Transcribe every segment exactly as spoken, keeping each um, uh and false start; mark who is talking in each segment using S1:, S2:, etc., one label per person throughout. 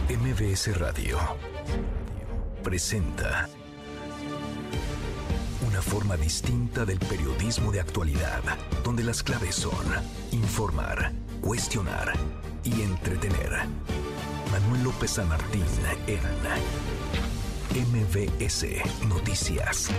S1: M B S Radio presenta una forma distinta del periodismo de actualidad, donde las claves son informar, cuestionar y entretener. Manuel López San Martín en M B S Noticias.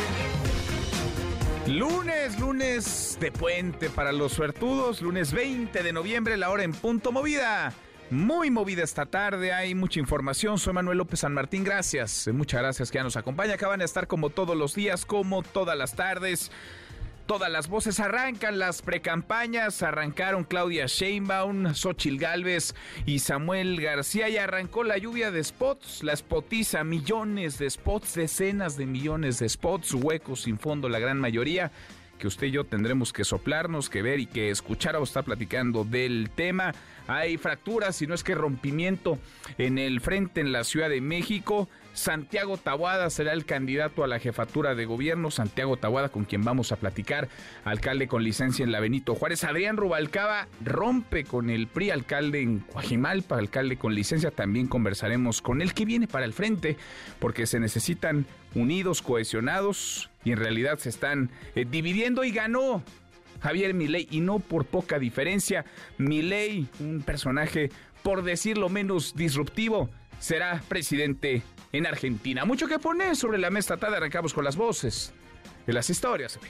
S2: Lunes, lunes de puente para los suertudos, lunes veinte de noviembre, la hora en punto movida. Muy movida esta tarde, hay mucha información. Soy Manuel López San Martín, gracias, muchas gracias que ya nos acompaña. Acaban de estar como todos los días, como todas las tardes. Todas las voces arrancan, las precampañas, arrancaron Claudia Sheinbaum, Xóchitl Gálvez y Samuel García, y arrancó la lluvia de spots, la spotiza, millones de spots, decenas de millones de spots, huecos sin fondo la gran mayoría, que usted y yo tendremos que soplarnos, que ver y que escuchar o estar platicando del tema. Hay fracturas, si no es que rompimiento en el frente en la Ciudad de México. Santiago Taboada será el candidato a la jefatura de gobierno. Santiago Taboada, con quien vamos a platicar, alcalde con licencia en la Benito Juárez. Adrián Rubalcaba rompe con el P R I, alcalde en Coajimalpa, alcalde con licencia. También conversaremos con él, que viene para el frente, porque se necesitan unidos, cohesionados, y en realidad se están eh, dividiendo, y ganó Javier Milei, y no por poca diferencia. Milei, un personaje, por decirlo menos, disruptivo, será presidente en Argentina. Mucho que poner sobre la mesa esta tarde. Arrancamos con las voces de las historias.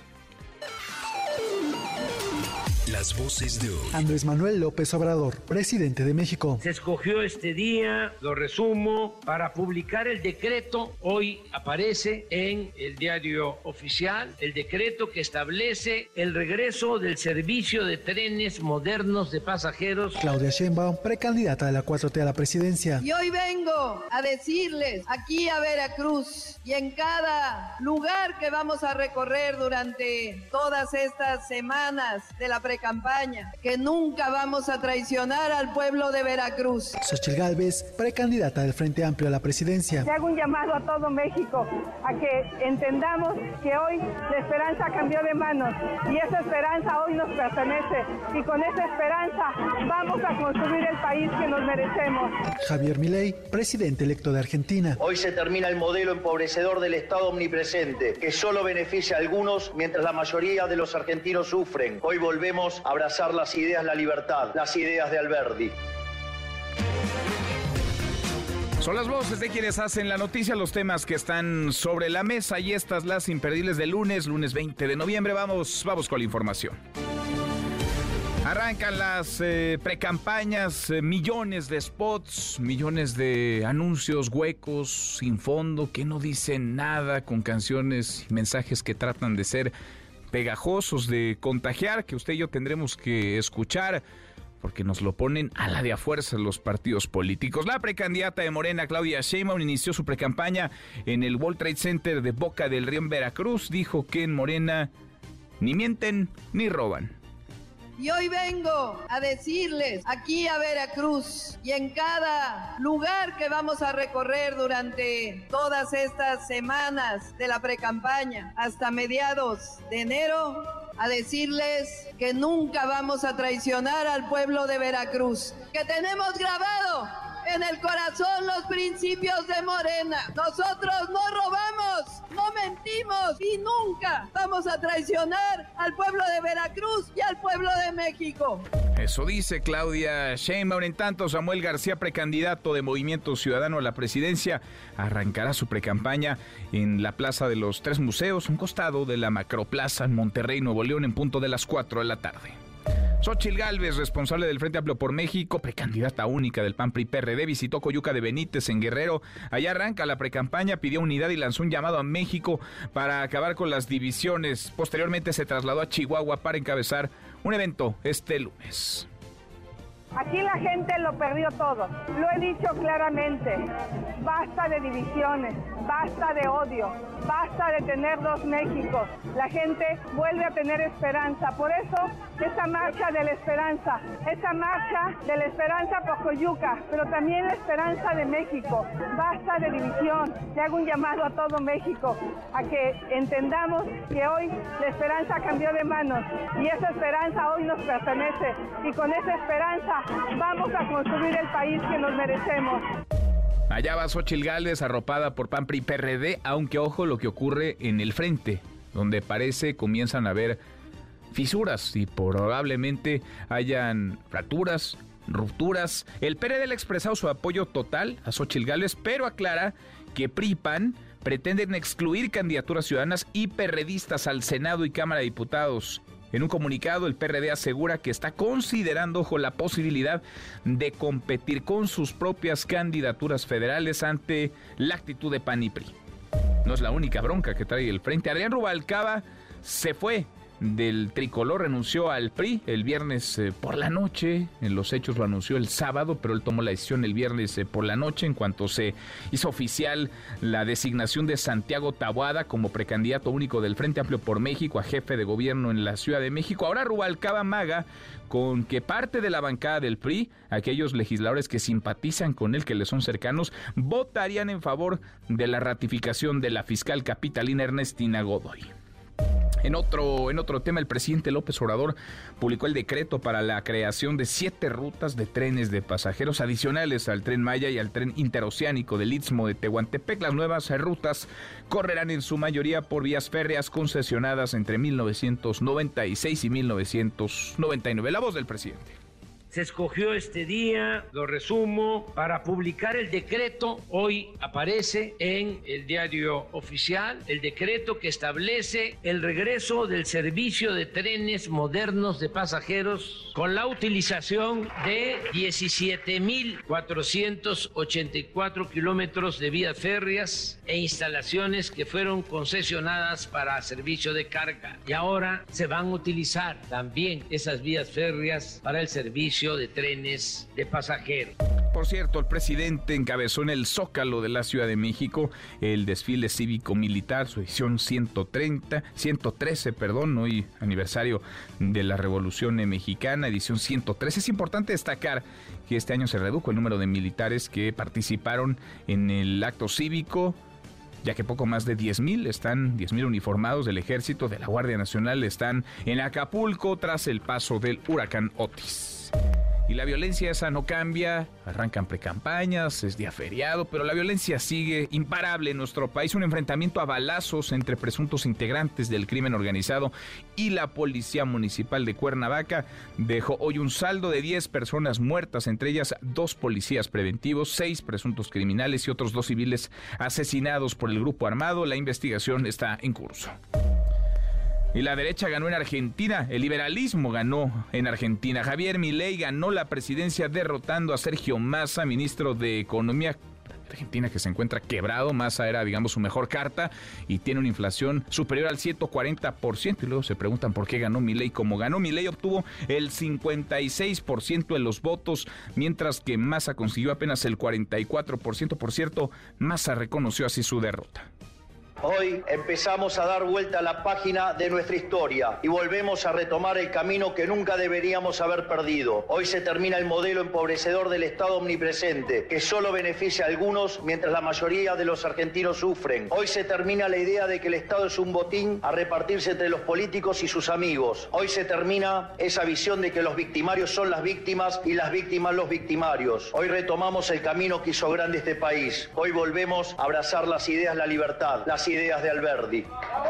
S1: Las voces de hoy.
S3: Andrés Manuel López Obrador, presidente de México.
S4: Se escogió este día, lo resumo, para publicar el decreto. Hoy aparece en el diario oficial el decreto que establece el regreso del servicio de trenes modernos de pasajeros.
S3: Claudia Sheinbaum, precandidata de la cuatro T a la presidencia.
S5: Y hoy vengo a decirles aquí a Veracruz y en cada lugar que vamos a recorrer durante todas estas semanas de la precampaña, que nunca vamos a traicionar al pueblo de Veracruz.
S3: Xóchitl Gálvez, precandidata del Frente Amplio a la presidencia.
S6: Le hago un llamado a todo México a que entendamos que hoy la esperanza cambió de manos y esa esperanza hoy nos pertenece, y con esa esperanza vamos a construir el país que nos merecemos.
S3: Javier Milei, presidente electo de Argentina.
S7: Hoy se termina el modelo empobrecedor del Estado omnipresente, que solo beneficia a algunos mientras la mayoría de los argentinos sufren. Hoy volvemos a abrazar las ideas, la libertad, las ideas de Alberdi.
S2: Son las voces de quienes hacen la noticia, los temas que están sobre la mesa, y estas las imperdibles de lunes, lunes veinte de noviembre. Vamos, vamos con la información. Arrancan las eh, precampañas, eh, millones de spots, millones de anuncios huecos, sin fondo, que no dicen nada, con canciones y mensajes que tratan de ser pegajosos, de contagiar, que usted y yo tendremos que escuchar, porque nos lo ponen a la de a fuerza los partidos políticos. La precandidata de Morena, Claudia Sheinbaum, inició su precampaña en el World Trade Center de Boca del Río en Veracruz. Dijo que en Morena ni mienten ni roban.
S5: Y hoy vengo a decirles aquí a Veracruz y en cada lugar que vamos a recorrer durante todas estas semanas de la precampaña hasta mediados de enero, a decirles que nunca vamos a traicionar al pueblo de Veracruz, que tenemos grabado en el corazón los principios de Morena. Nosotros no robamos, no mentimos y nunca vamos a traicionar al pueblo de Veracruz y al pueblo de México.
S2: Eso dice Claudia Sheinbaum. En tanto, Samuel García, precandidato de Movimiento Ciudadano a la presidencia, arrancará su precampaña en la Plaza de los Tres Museos, un costado de la Macroplaza en Monterrey, Nuevo León, en punto de las cuatro de la tarde. Xóchitl Gálvez, responsable del Frente Amplio por México, precandidata única del P A N P R I P R D, visitó Coyuca de Benítez en Guerrero. Allá arranca la precampaña, pidió unidad y lanzó un llamado a México para acabar con las divisiones. Posteriormente se trasladó a Chihuahua para encabezar un evento este lunes.
S6: Aquí la gente lo perdió todo, lo he dicho claramente, basta de divisiones, basta de odio, basta de tener dos Méxicos, la gente vuelve a tener esperanza, por eso esa marcha de la esperanza, esa marcha de la esperanza por Coyuca, pero también la esperanza de México, basta de división, le hago un llamado a todo México, a que entendamos que hoy la esperanza cambió de manos y esa esperanza hoy nos pertenece y con esa esperanza fuerza vamos a construir el país que nos merecemos.
S2: Allá va Xóchitl Gálvez, arropada por P A N, P R I, P R D, aunque ojo lo que ocurre en el frente, donde parece comienzan a haber fisuras y probablemente hayan fracturas, rupturas. El P R D le ha expresado su apoyo total a Xóchitl Gálvez, pero aclara que P R I y P A N pretenden excluir candidaturas ciudadanas y perredistas al Senado y Cámara de Diputados. En un comunicado, el P R D asegura que está considerando, ojo, la posibilidad de competir con sus propias candidaturas federales ante la actitud de P A N y P R I. No es la única bronca que trae el frente. Adrián Rubalcaba se fue del tricolor, renunció al P R I el viernes eh, por la noche. En los hechos lo anunció el sábado, pero él tomó la decisión el viernes eh, por la noche en cuanto se hizo oficial la designación de Santiago Taboada como precandidato único del Frente Amplio por México a jefe de gobierno en la Ciudad de México. Ahora Rubalcaba maga con que parte de la bancada del P R I, aquellos legisladores que simpatizan con él, que le son cercanos, votarían en favor de la ratificación de la fiscal capitalina Ernestina Godoy. En otro, en otro tema, el presidente López Obrador publicó el decreto para la creación de siete rutas de trenes de pasajeros adicionales al Tren Maya y al Tren Interoceánico del Istmo de Tehuantepec. Las nuevas rutas correrán en su mayoría por vías férreas concesionadas entre mil novecientos noventa y seis y mil novecientos noventa y nueve. La voz del presidente.
S4: Se escogió este día, lo resumo, para publicar el decreto. Hoy aparece en el diario oficial el decreto que establece el regreso del servicio de trenes modernos de pasajeros con la utilización de diecisiete mil cuatrocientos ochenta y cuatro kilómetros de vías férreas e instalaciones que fueron concesionadas para servicio de carga. Y ahora se van a utilizar también esas vías férreas para el servicio de trenes de pasajeros.
S2: Por cierto, el presidente encabezó en el Zócalo de la Ciudad de México el desfile cívico-militar, su edición ciento treinta, ciento trece, perdón, hoy aniversario de la Revolución Mexicana, edición ciento trece. Es importante destacar que este año se redujo el número de militares que participaron en el acto cívico, ya que poco más de diez mil están, diez mil uniformados del Ejército, de la Guardia Nacional, están en Acapulco tras el paso del huracán Otis. Y la violencia esa no cambia, arrancan precampañas, es día feriado, pero la violencia sigue imparable en nuestro país. Un enfrentamiento a balazos entre presuntos integrantes del crimen organizado y la Policía Municipal de Cuernavaca dejó hoy un saldo de diez personas muertas, entre ellas dos policías preventivos, seis presuntos criminales y otros dos civiles asesinados por el grupo armado. La investigación está en curso. Y la derecha ganó en Argentina, el liberalismo ganó en Argentina. Javier Milei ganó la presidencia derrotando a Sergio Massa, ministro de Economía. Argentina que se encuentra quebrado, Massa era, digamos, su mejor carta y tiene una inflación superior al ciento cuarenta por ciento. Y luego se preguntan por qué ganó Milei como ganó. Milei obtuvo el cincuenta y seis por ciento de los votos, mientras que Massa consiguió apenas el cuarenta y cuatro por ciento. Por cierto, Massa reconoció así su derrota.
S7: Hoy empezamos a dar vuelta a la página de nuestra historia y volvemos a retomar el camino que nunca deberíamos haber perdido. Hoy se termina el modelo empobrecedor del Estado omnipresente, que solo beneficia a algunos mientras la mayoría de los argentinos sufren. Hoy se termina la idea de que el Estado es un botín a repartirse entre los políticos y sus amigos. Hoy se termina esa visión de que los victimarios son las víctimas y las víctimas los victimarios. Hoy retomamos el camino que hizo grande este país. Hoy volvemos a abrazar las ideas, la libertad, las ideas de Alberdi.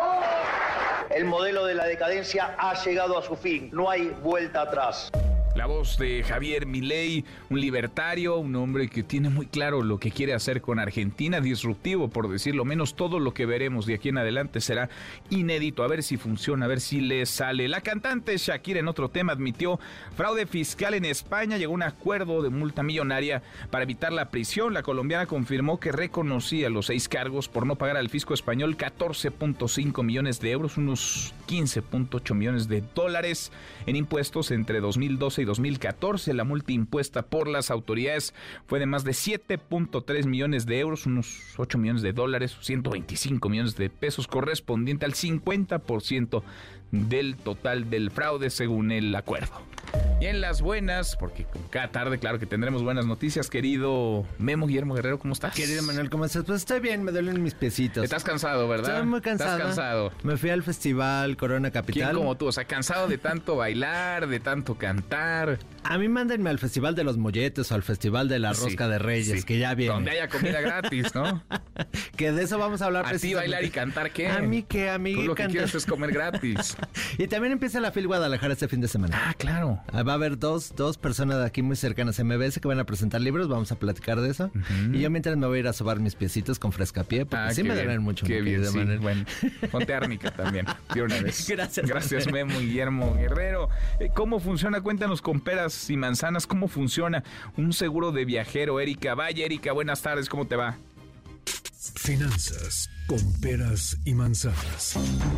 S7: El modelo de la decadencia ha llegado a su fin, no hay vuelta atrás.
S2: La voz de Javier Milei, un libertario, un hombre que tiene muy claro lo que quiere hacer con Argentina, disruptivo por decirlo menos. Todo lo que veremos de aquí en adelante será inédito, a ver si funciona, a ver si le sale. La cantante Shakira, en otro tema, admitió fraude fiscal en España, llegó a un acuerdo de multa millonaria para evitar la prisión. La colombiana confirmó que reconocía los seis cargos por no pagar al fisco español catorce punto cinco millones de euros, unos quince punto ocho millones de dólares en impuestos entre dos mil doce y dos mil catorce. La multa impuesta por las autoridades fue de más de siete punto tres millones de euros, unos ocho millones de dólares, ciento veinticinco millones de pesos, correspondiente al cincuenta por ciento del total del fraude según el acuerdo. Y en las buenas, porque cada tarde, claro que tendremos buenas noticias, querido Memo Guillermo Guerrero, ¿cómo estás?
S8: Querido Manuel, ¿cómo estás? Pues estoy bien, me duelen mis piecitos.
S2: Estás cansado, ¿verdad?
S8: Estoy muy cansado.
S2: Estás cansado.
S8: Me fui al festival Corona Capital.
S2: ¿Quién como tú? O sea, cansado de tanto bailar, de tanto cantar.
S8: A mí mándenme al Festival de los Molletes o al Festival de la Rosca
S2: Sí,
S8: de Reyes,
S2: sí.
S8: que ya viene.
S2: Donde haya comida gratis, ¿no?
S8: Que de eso vamos a hablar
S2: ¿A ti
S8: precisamente.
S2: bailar y cantar qué?
S8: A mí qué, a mí
S2: Tú lo que
S8: cantar.
S2: quieres es comer gratis.
S8: Y también empieza la FIL Guadalajara este fin de semana.
S2: Ah, claro.
S8: Ah, Va a haber dos, dos personas de aquí muy cercanas a M B S que van a presentar libros, vamos a platicar de eso. Uh-huh. Y yo mientras me voy a ir a sobar mis piecitos con frescapié, porque
S2: ah,
S8: sí me
S2: bien,
S8: duelen mucho.
S2: Qué bien, sí.
S8: Manuel.
S2: Bueno, ponte árnica también, de una vez.
S8: Gracias.
S2: Gracias, Memo Guillermo Guerrero. ¿Cómo funciona? Cuéntanos con peras y manzanas, ¿cómo funciona un seguro de viajero, Erika? Vaya, Erika, buenas tardes, ¿cómo te va?
S1: Finanzas con peras y manzanas.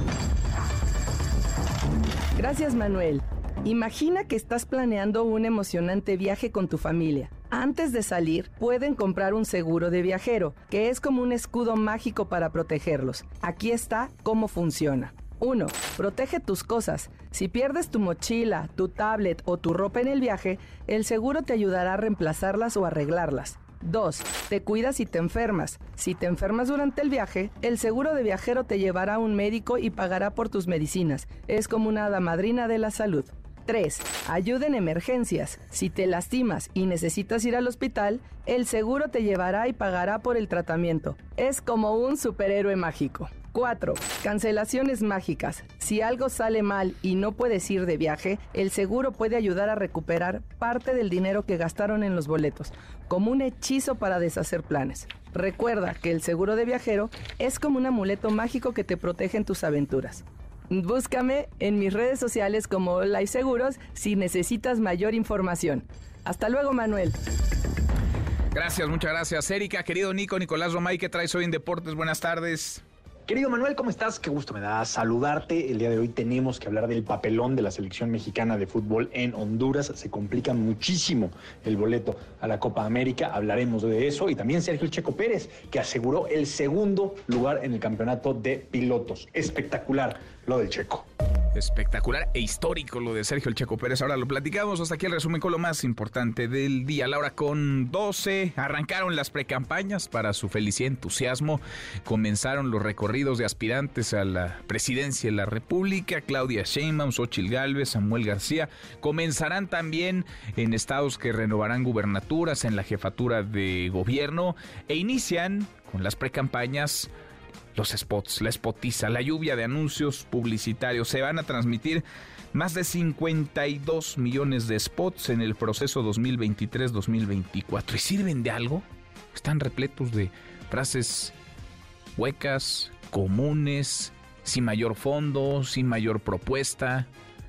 S9: Gracias, Manuel. Imagina que estás planeando un emocionante viaje con tu familia. Antes de salir, pueden comprar un seguro de viajero, que es como un escudo mágico para protegerlos. Aquí está cómo funciona. uno. Protege tus cosas. Si pierdes tu mochila, tu tablet o tu ropa en el viaje, el seguro te ayudará a reemplazarlas o arreglarlas. dos. Te cuidas si te enfermas. Si te enfermas durante el viaje, el seguro de viajero te llevará a un médico y pagará por tus medicinas. Es como una hada madrina de la salud. tres. Ayuda en emergencias. Si te lastimas y necesitas ir al hospital, el seguro te llevará y pagará por el tratamiento. Es como un superhéroe mágico. cuatro. Cancelaciones mágicas. Si algo sale mal y no puedes ir de viaje, el seguro puede ayudar a recuperar parte del dinero que gastaron en los boletos, como un hechizo para deshacer planes. Recuerda que el seguro de viajero es como un amuleto mágico que te protege en tus aventuras. Búscame en mis redes sociales como Life Seguros si necesitas mayor información. Hasta luego, Manuel.
S2: Gracias, muchas gracias, Erika. Querido Nico, Nicolás Romay, ¿qué traes hoy en Deportes? Buenas tardes.
S10: Querido Manuel, ¿cómo estás? Qué gusto me da saludarte. El día de hoy tenemos que hablar del papelón de la selección mexicana de fútbol en Honduras. Se complica muchísimo el boleto a la Copa América. Hablaremos de eso. Y también Sergio El Checo Pérez, que aseguró el segundo lugar en el campeonato de pilotos. Espectacular lo del Checo.
S2: Espectacular e histórico lo de Sergio El Checo Pérez. Ahora lo platicamos. Hasta aquí el resumen con lo más importante del día. La hora con doce. Arrancaron las precampañas para su felicidad y entusiasmo. Comenzaron los recorridos de aspirantes a la presidencia de la República. Claudia Sheinbaum, Xóchitl Gálvez, Samuel García. Comenzarán también en estados que renovarán gubernaturas, en la jefatura de gobierno. E inician con las precampañas los spots, la spotiza, la lluvia de anuncios publicitarios. Se van a transmitir más de cincuenta y dos millones de spots en el proceso dos mil veintitrés dos mil veinticuatro. ¿Y sirven de algo? Están repletos de frases huecas, comunes, sin mayor fondo, sin mayor propuesta.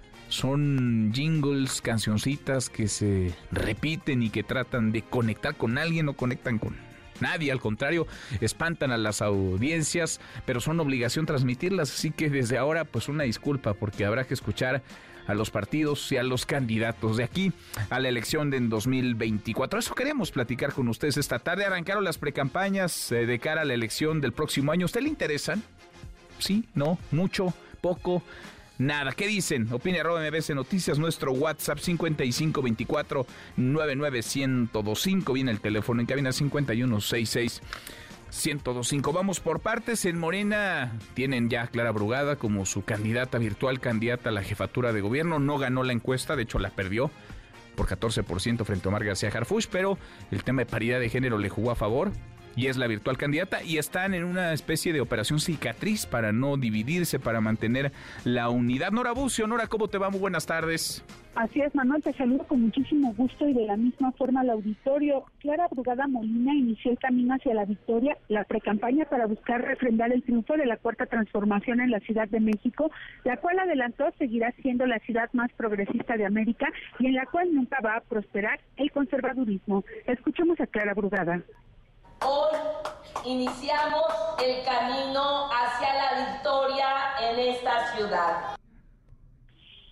S2: Son jingles, cancioncitas que se repiten y que tratan de conectar con alguien, no conectan con nadie, al contrario, espantan a las audiencias, pero son obligación transmitirlas, así que desde ahora pues una disculpa porque habrá que escuchar a los partidos y a los candidatos de aquí a la elección de en dos mil veinticuatro. Eso queremos platicar con ustedes esta tarde. Arrancaron las precampañas eh, de cara a la elección del próximo año. ¿A usted le interesan? ¿Sí? ¿No? ¿Mucho? ¿Poco? Nada. ¿Qué dicen? Opine arroba M B S Noticias, nuestro WhatsApp cincuenta y cinco veinticuatro noventa y nueve ciento veinticinco. Viene el teléfono en cabina cincuenta y uno sesenta y seis ciento veinticinco. Vamos por partes. En Morena tienen ya a Clara Brugada como su candidata virtual, candidata a la jefatura de gobierno. No ganó la encuesta, de hecho la perdió por catorce por ciento frente a Omar García Harfuch, pero el tema de paridad de género le jugó a favor. Y es la virtual candidata y están en una especie de operación cicatriz para no dividirse, para mantener la unidad. Nora Bucio, Nora, ¿cómo te va? Muy buenas tardes.
S11: Así es, Manuel, te saludo con muchísimo gusto y de la misma forma al auditorio. Clara Brugada Molina inició el camino hacia la victoria, la precampaña para buscar refrendar el triunfo de la Cuarta Transformación en la Ciudad de México, la cual adelantó seguirá siendo la ciudad más progresista de América y en la cual nunca va a prosperar el conservadurismo. Escuchemos a Clara Brugada.
S12: Hoy iniciamos el camino hacia la victoria en esta ciudad.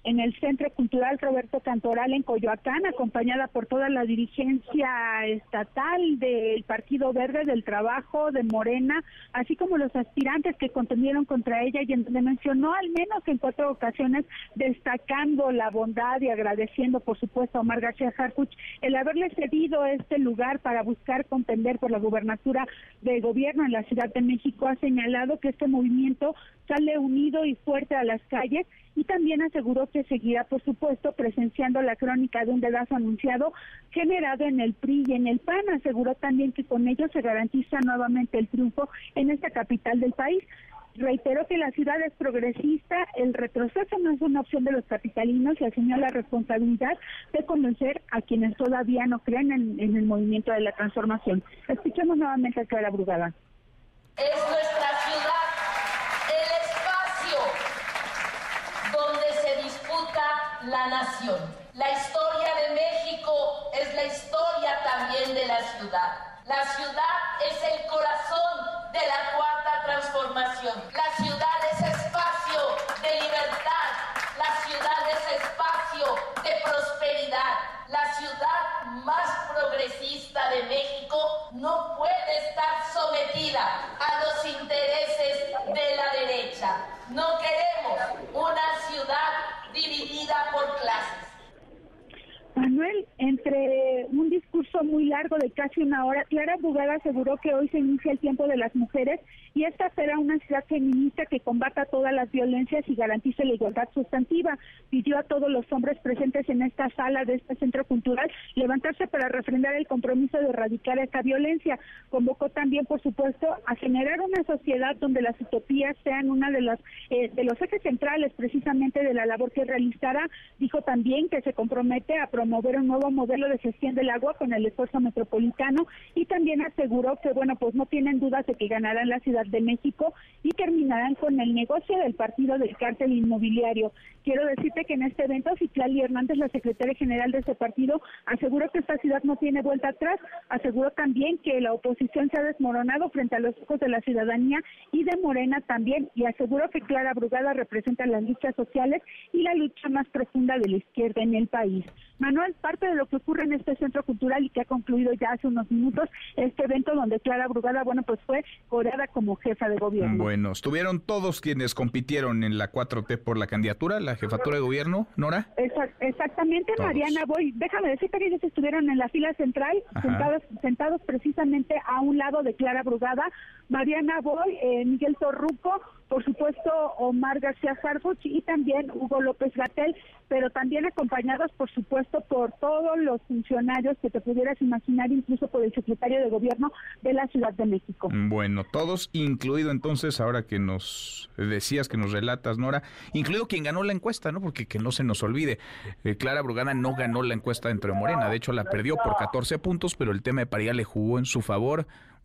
S11: en el Centro Cultural Roberto Cantoral en Coyoacán, acompañada por toda la dirigencia estatal del Partido Verde, del Trabajo, de Morena, así como los aspirantes que contendieron contra ella, y en donde mencionó al menos en cuatro ocasiones, destacando la bondad y agradeciendo, por supuesto, a Omar García Harfuch el haberle cedido este lugar para buscar contender por la gubernatura de gobierno en la Ciudad de México. Ha señalado que este movimiento sale unido y fuerte a las calles, y también aseguró que seguirá, por supuesto, presenciando la crónica de un dedazo anunciado generado en el P R I y en el P A N. Aseguró también que con ello se garantiza nuevamente el triunfo en esta capital del país. Reiteró que la ciudad es progresista, el retroceso no es una opción de los capitalinos, y asumió la responsabilidad de convencer a quienes todavía no creen en, en el movimiento de la transformación. Escuchemos nuevamente a Clara Brugada.
S12: Es nuestra ciudad, el espacio donde se disputa la nación. La historia de México es la historia también de la ciudad. La ciudad es el corazón de la cuarta transformación. La ciudad es espacio de libertad. La ciudad es espacio de prosperidad. La ciudad más progresista de México no puede estar sometida a los intereses de la derecha. No queremos una ciudad dividida por clases.
S11: Manuel, entre un discurso muy largo de casi una hora, Clara Brugada aseguró que hoy se inicia el tiempo de las mujeres, y esta será una ciudad feminista que combata todas las violencias y garantice la igualdad sustantiva. Pidió a todos los hombres presentes en esta sala de este centro cultural levantarse para refrendar el compromiso de erradicar esta violencia. Convocó también, por supuesto, a generar una sociedad donde las utopías sean una de las eh, de los ejes centrales precisamente de la labor que realizará. Dijo también que se compromete a promover un nuevo modelo de gestión del agua con el esfuerzo metropolitano, y también aseguró que, bueno, pues no tienen dudas de que ganarán la Ciudad de México y terminarán con el negocio del partido del cártel inmobiliario. Quiero decirte que en este evento, Citlali Hernández, la secretaria general de este partido, aseguró que esta ciudad no tiene vuelta atrás. Aseguró también que la oposición se ha desmoronado frente a los ojos de la ciudadanía y de Morena también, y aseguró que Clara Brugada representa las luchas sociales y la lucha más profunda de la izquierda en el país. Manuel, parte de lo que ocurre en este centro cultural y que ha concluido ya hace unos minutos, este evento donde Clara Brugada, bueno, pues fue coreada como jefa de gobierno.
S2: Bueno, estuvieron todos quienes compitieron en la cuatro T por la candidatura, la jefatura de gobierno, Nora.
S11: Exact, exactamente, todos. Mariana Boy, déjame decirte que ellos estuvieron en la fila central, sentados, sentados precisamente a un lado de Clara Brugada, Mariana Boy, eh, Miguel Torruco, por supuesto Omar García Harfuch y también Hugo López-Gatell, pero también acompañados, por supuesto, por todos los funcionarios que te pudieras imaginar, incluso por el secretario de Gobierno de la Ciudad de México.
S2: Bueno, todos, incluido entonces, ahora que nos decías, que nos relatas, Nora, incluido quien ganó la encuesta, ¿no? Porque que no se nos olvide, eh, Clara Brugada no ganó la encuesta dentro de Morena, de hecho la perdió por catorce puntos, pero el tema de paridad le jugó en su favor,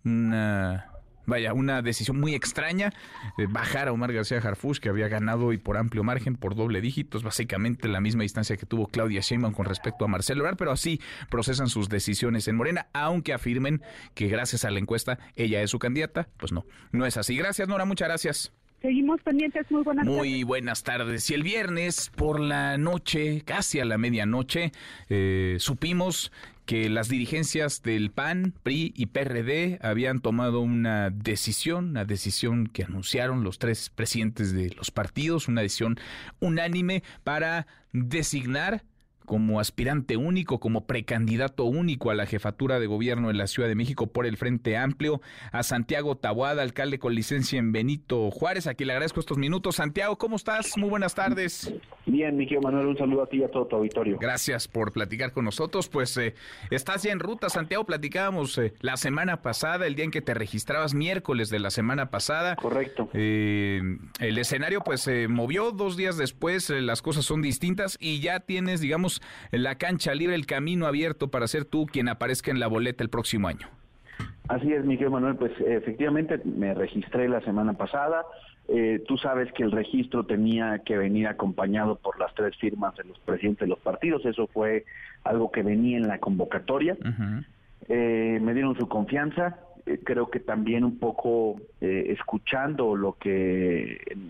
S2: una... Vaya, una decisión muy extraña, eh, bajar a Omar García Harfuch, que había ganado y por amplio margen, por doble dígito, es básicamente la misma distancia que tuvo Claudia Sheinbaum con respecto a Marcelo Ebrard, pero así procesan sus decisiones en Morena, aunque afirmen que gracias a la encuesta ella es su candidata, pues no, no es así. Gracias, Nora, muchas gracias.
S11: Seguimos pendientes, muy buenas tardes.
S2: Muy buenas tardes. Y el viernes por la noche, casi a la medianoche, eh, supimos que las dirigencias del P A N, P R I y P R D habían tomado una decisión, una decisión que anunciaron los tres presidentes de los partidos, una decisión unánime para designar como aspirante único, como precandidato único a la jefatura de gobierno en la Ciudad de México por el Frente Amplio, a Santiago Taboada, alcalde con licencia en Benito Juárez, a quien le agradezco estos minutos. Santiago, ¿cómo estás? Muy buenas tardes.
S13: Bien, mi querido Manuel, un saludo a ti y a todo tu auditorio.
S2: Gracias por platicar con nosotros. Pues eh, estás ya en ruta, Santiago. Platicábamos eh, la semana pasada, el día en que te registrabas, miércoles de la semana pasada.
S13: Correcto.
S2: Eh, el escenario pues se eh, movió dos días después, eh, las cosas son distintas y ya tienes, digamos, la cancha libre, el camino abierto para ser tú quien aparezca en la boleta el próximo año.
S13: Así es, mi querido Manuel, pues efectivamente me registré la semana pasada. Eh, tú sabes que el registro tenía que venir acompañado por las tres firmas de los presidentes de los partidos, eso fue algo que venía en la convocatoria. Uh-huh. Eh, me dieron su confianza, eh, creo que también un poco eh, escuchando lo que en, en un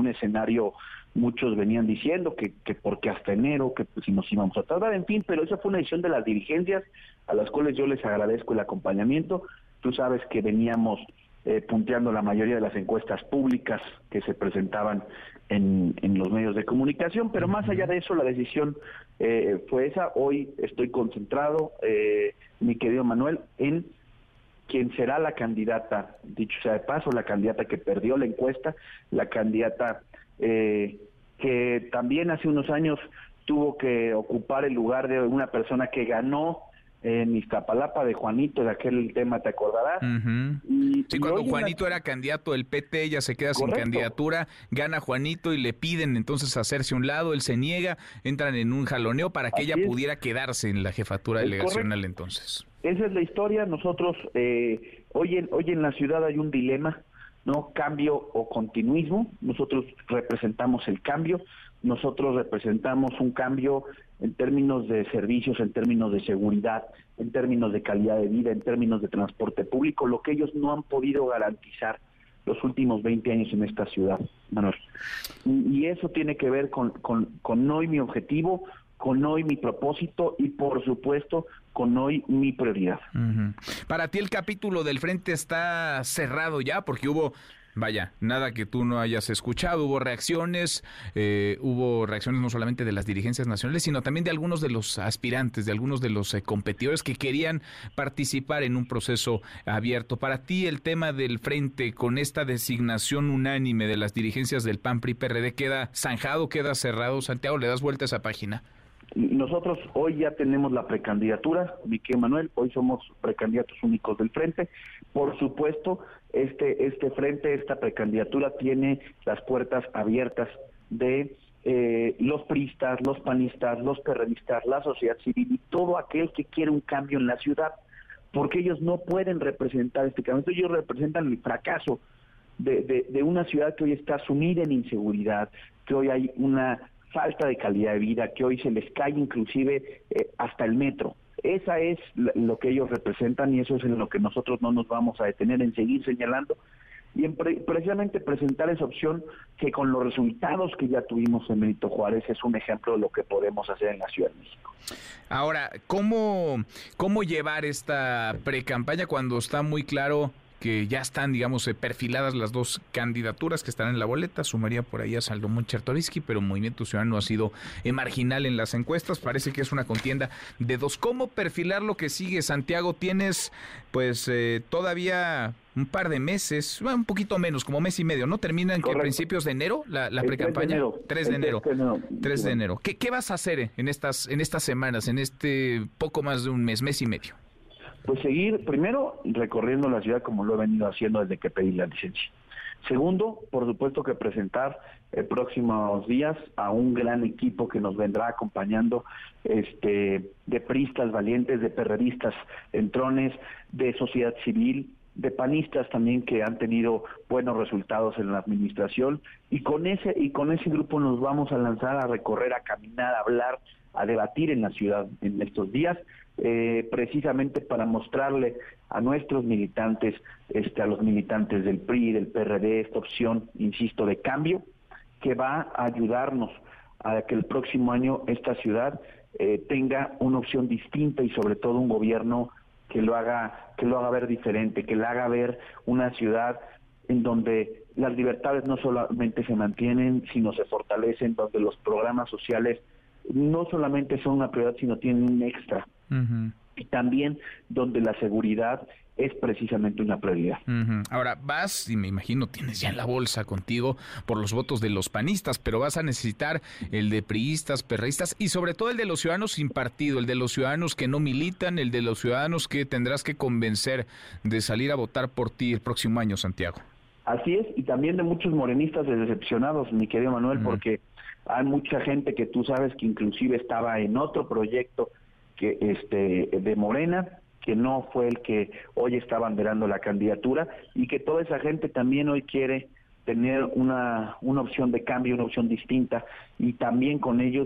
S13: escenario, muchos venían diciendo que, que porque hasta enero, que pues si nos íbamos a tardar, en fin, pero esa fue una decisión de las dirigencias, a las cuales yo les agradezco el acompañamiento. Tú sabes que veníamos eh, punteando la mayoría de las encuestas públicas que se presentaban en, en los medios de comunicación, pero más allá de eso, la decisión eh, fue esa. Hoy estoy concentrado, eh, mi querido Manuel, en quien será la candidata, dicho sea de paso, la candidata que perdió la encuesta, la candidata eh, que también hace unos años tuvo que ocupar el lugar de una persona que ganó en Iztapalapa, de Juanito, de aquel tema, ¿te acordarás?
S2: Uh-huh.
S13: y,
S2: sí,
S13: y
S2: cuando Juanito
S13: la...
S2: era candidato del P T, ella se queda
S13: Correcto.
S2: sin candidatura, gana Juanito y le piden entonces hacerse un lado, él se niega, entran en un jaloneo para que
S13: Así
S2: ella
S13: es.
S2: pudiera quedarse en la jefatura
S13: Es
S2: delegacional
S13: correcto.
S2: entonces.
S13: Esa es la historia. Nosotros, eh, hoy, en, hoy en la ciudad hay un dilema, ¿no? Cambio o continuismo. Nosotros representamos el cambio, nosotros representamos un cambio en términos de servicios, en términos de seguridad, en términos de calidad de vida, en términos de transporte público, lo que ellos no han podido garantizar los últimos veinte años en esta ciudad, Manuel. Y, y eso tiene que ver con, con, con hoy mi objetivo, con hoy mi propósito y por supuesto con hoy mi prioridad.
S2: Uh-huh. Para ti el capítulo del frente está cerrado ya, porque hubo, vaya, nada que tú no hayas escuchado, hubo reacciones, eh, hubo reacciones no solamente de las dirigencias nacionales, sino también de algunos de los aspirantes, de algunos de los eh, competidores que querían participar en un proceso abierto. Para ti el tema del frente, con esta designación unánime de las dirigencias del P A N, P R I, P R D, ¿queda zanjado, queda cerrado? Santiago, ¿le das vuelta a esa página?
S13: Nosotros hoy ya tenemos la precandidatura, Miquel Manuel, hoy somos precandidatos únicos del frente. Por supuesto, este este frente, esta precandidatura tiene las puertas abiertas de eh, los priistas, los panistas, los perredistas, la sociedad civil y todo aquel que quiere un cambio en la ciudad, porque ellos no pueden representar este cambio, ellos representan el fracaso de, de, de una ciudad que hoy está sumida en inseguridad, que hoy hay una falta de calidad de vida, que hoy se les cae inclusive eh, hasta el metro. Esa es lo que ellos representan y eso es en lo que nosotros no nos vamos a detener, en seguir señalando y en pre precisamente presentar esa opción que con los resultados que ya tuvimos en Benito Juárez es un ejemplo de lo que podemos hacer en la Ciudad de México.
S2: Ahora, ¿cómo, cómo llevar esta precampaña cuando está muy claro que ya están, digamos, eh, perfiladas las dos candidaturas que están en la boleta? Sumaría por ahí a Salomón Chertoriski, pero Movimiento Ciudadano ha sido eh, marginal en las encuestas. Parece que es una contienda de dos. ¿Cómo perfilar lo que sigue, Santiago? Tienes, pues, eh, todavía un par de meses, bueno, un poquito menos, como mes y medio, ¿no? ¿Termina en que principios de enero la, la precampaña? tres de enero. tres de enero. ¿Qué, qué vas a hacer en estas, en estas semanas, en este poco más de un mes, mes y medio?
S13: Pues seguir, primero, recorriendo la ciudad como lo he venido haciendo desde que pedí la licencia. Segundo, por supuesto que presentar en próximos días a un gran equipo que nos vendrá acompañando, este, de priistas valientes, de perredistas entrones, de sociedad civil, de panistas también que han tenido buenos resultados en la administración, y con ese y con ese grupo nos vamos a lanzar a recorrer, a caminar, a hablar, a debatir en la ciudad en estos días, eh, precisamente para mostrarle a nuestros militantes, este, a los militantes del P R I, del P R D, esta opción, insisto, de cambio, que va a ayudarnos a que el próximo año esta ciudad eh, tenga una opción distinta y sobre todo un gobierno que lo haga, que lo haga ver diferente, que le haga ver una ciudad en donde las libertades no solamente se mantienen, sino se fortalecen, donde los programas sociales no solamente son una prioridad, sino tienen un extra. Uh-huh. Y también donde la seguridad es precisamente una prioridad.
S2: Uh-huh. Ahora, vas, y me imagino tienes ya en la bolsa contigo por los votos de los panistas, pero vas a necesitar el de priistas, perreístas y sobre todo el de los ciudadanos sin partido, el de los ciudadanos que no militan, el de los ciudadanos que tendrás que convencer de salir a votar por ti el próximo año, Santiago.
S13: Así es, y también de muchos morenistas decepcionados, mi querido Manuel, uh-huh. porque hay mucha gente que tú sabes que inclusive estaba en otro proyecto que este de Morena, que no fue el que hoy está banderando la candidatura, y que toda esa gente también hoy quiere tener una, una opción de cambio, una opción distinta, y también con ellos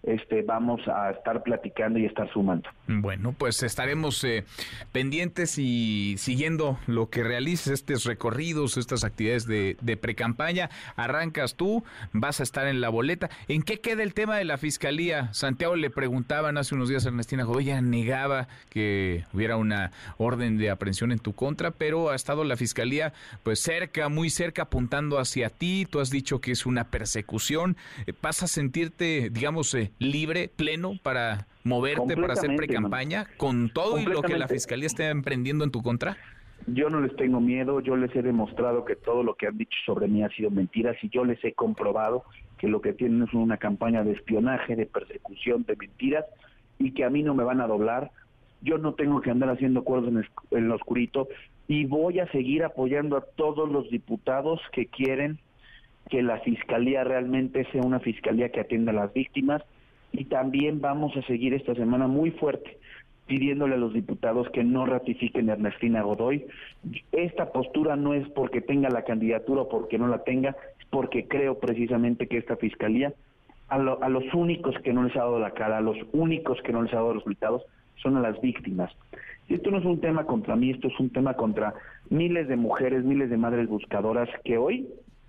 S13: este, vamos a estar platicando y estar sumando.
S2: Bueno, pues estaremos eh, pendientes y siguiendo lo que realices, estos recorridos, estas actividades de, de precampaña. Arrancas tú, vas a estar en la boleta. ¿En qué queda el tema de la Fiscalía? Santiago, le preguntaban hace unos días a Ernestina Godoy, ella negaba que hubiera una orden de aprehensión en tu contra, pero ha estado la Fiscalía pues cerca, muy cerca, apuntando hacia ti. Tú has dicho que es una persecución. ¿Vas a sentirte, digamos, eh, libre, pleno para moverte, para hacer precampaña con todo y lo que la Fiscalía esté emprendiendo en tu contra?
S13: Yo no les tengo miedo, yo les he demostrado que todo lo que han dicho sobre mí ha sido mentiras y yo les he comprobado que lo que tienen es una campaña de espionaje, de persecución, de mentiras y que a mí no me van a doblar. Yo no tengo que andar haciendo acuerdos en, en lo oscurito y voy a seguir apoyando a todos los diputados que quieren que la Fiscalía realmente sea una Fiscalía que atienda a las víctimas. Y también vamos a seguir esta semana muy fuerte, pidiéndole a los diputados que no ratifiquen a Ernestina Godoy. Esta postura no es porque tenga la candidatura o porque no la tenga, es porque creo precisamente que esta Fiscalía, a, lo, a los únicos que no les ha dado la cara, a los únicos que no les ha dado resultados, son a las víctimas. Y esto no es un tema contra mí, esto es un tema contra miles de mujeres, miles de madres buscadoras que hoy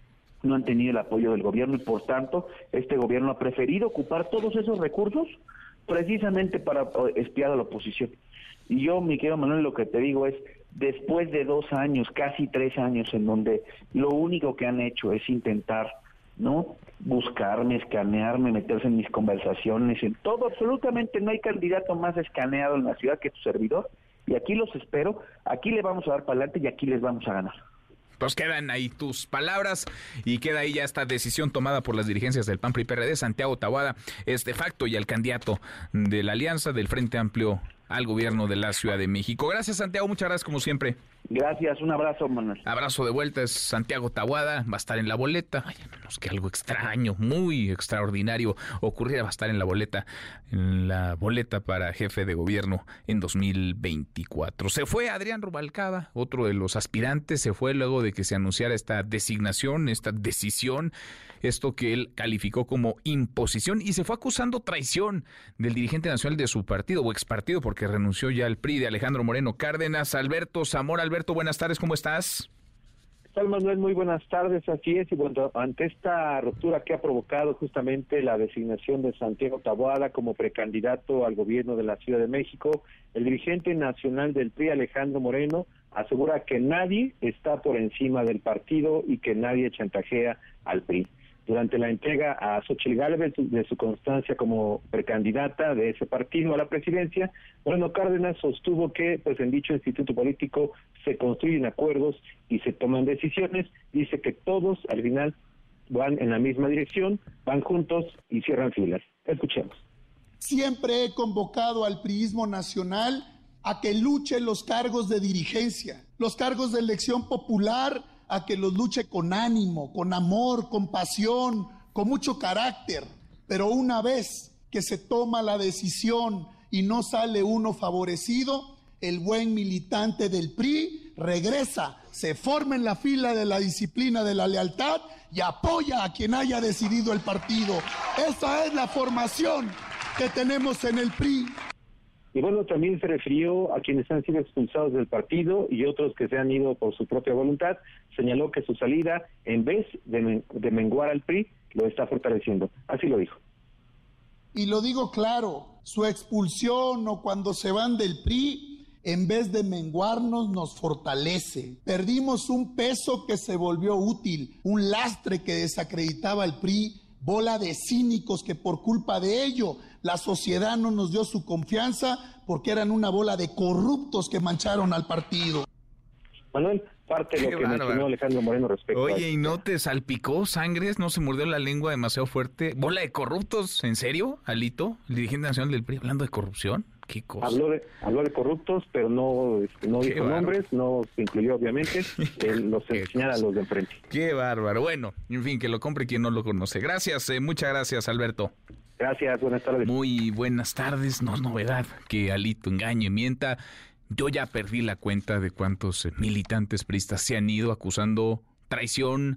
S13: no han tenido el apoyo del gobierno y por tanto este gobierno ha preferido ocupar todos esos recursos precisamente para espiar a la oposición. Y yo, mi querido Manuel, lo que te digo es, después de dos años, casi tres años, en donde lo único que han hecho es intentar, ¿no?, buscarme, escanearme, meterse en mis conversaciones, en todo, absolutamente no hay candidato más escaneado en la ciudad que tu servidor, y aquí los espero, aquí le vamos a dar para adelante y aquí les vamos a ganar.
S2: Pues quedan ahí tus palabras y queda ahí ya esta decisión tomada por las dirigencias del P A N, P R I, P R D. Santiago Taboada es de facto ya el candidato de la alianza del Frente Amplio al gobierno de la Ciudad de México. Gracias, Santiago, muchas gracias como siempre.
S13: Gracias, un abrazo, Manuel.
S2: Abrazo de vuelta, es Santiago Taboada, va a estar en la boleta. Ay, a menos que algo extraño, muy extraordinario ocurriera, va a estar en la boleta, en la boleta para jefe de gobierno en dos mil veinticuatro. Se fue Adrián Rubalcaba, otro de los aspirantes, se fue luego de que se anunciara esta designación, esta decisión, esto que él calificó como imposición, y se fue acusando traición del dirigente nacional de su partido, o expartido, porque renunció ya al P R I, de Alejandro Moreno Cárdenas. Alberto Zamora. Alberto, buenas tardes, ¿cómo estás?
S14: ¿Qué tal, Manuel? Muy buenas tardes, así es, y bueno, ante esta ruptura que ha provocado justamente la designación de Santiago Taboada como precandidato al gobierno de la Ciudad de México, el dirigente nacional del P R I, Alejandro Moreno, asegura que nadie está por encima del partido y que nadie chantajea al P R I. Durante la entrega a Xóchitl Gálvez de su constancia como precandidata de ese partido a la presidencia, Moreno Cárdenas sostuvo que pues en dicho instituto político se construyen acuerdos y se toman decisiones. Dice que todos al final van en la misma dirección, van juntos y cierran filas. Escuchemos.
S15: Siempre he convocado al priismo nacional a que luche los cargos de dirigencia, los cargos de elección popular, a que los luche con ánimo, con amor, con pasión, con mucho carácter. Pero una vez que se toma la decisión y no sale uno favorecido, el buen militante del P R I regresa, se forma en la fila de la disciplina de la lealtad y apoya a quien haya decidido el partido. Esa es la formación que tenemos en el P R I.
S14: Y bueno, también se refirió a quienes han sido expulsados del partido y otros que se han ido por su propia voluntad. Señaló que su salida, en vez de, men- de menguar al P R I, lo está fortaleciendo. Así lo dijo.
S15: Y lo digo claro, su expulsión o cuando se van del P R I, en vez de menguarnos, nos fortalece. Perdimos un peso que se volvió útil, un lastre que desacreditaba al P R I, bola de cínicos que por culpa de ello la sociedad no nos dio su confianza porque eran una bola de corruptos que mancharon al partido.
S14: Manuel, parte de lo que mencionó Alejandro Moreno respecto a...
S2: Oye, ¿y no te salpicó sangres? ¿No se mordió la lengua demasiado fuerte? ¿Bola de corruptos? ¿En serio, Alito? ¿El dirigente nacional del P R I hablando de corrupción? ¿Qué cosa?
S14: Habló de, habló de corruptos, pero no, este, no dijo bárbaro. Nombres, no se incluyó obviamente, él los señala a los de enfrente.
S2: Qué bárbaro. Bueno, en fin, que lo compre quien no lo conoce. Gracias, eh, muchas gracias, Alberto.
S14: Gracias, buenas tardes.
S2: Muy buenas tardes. No es novedad que Alito engañe, mienta. Yo ya perdí la cuenta de cuántos militantes priistas se han ido acusando traición,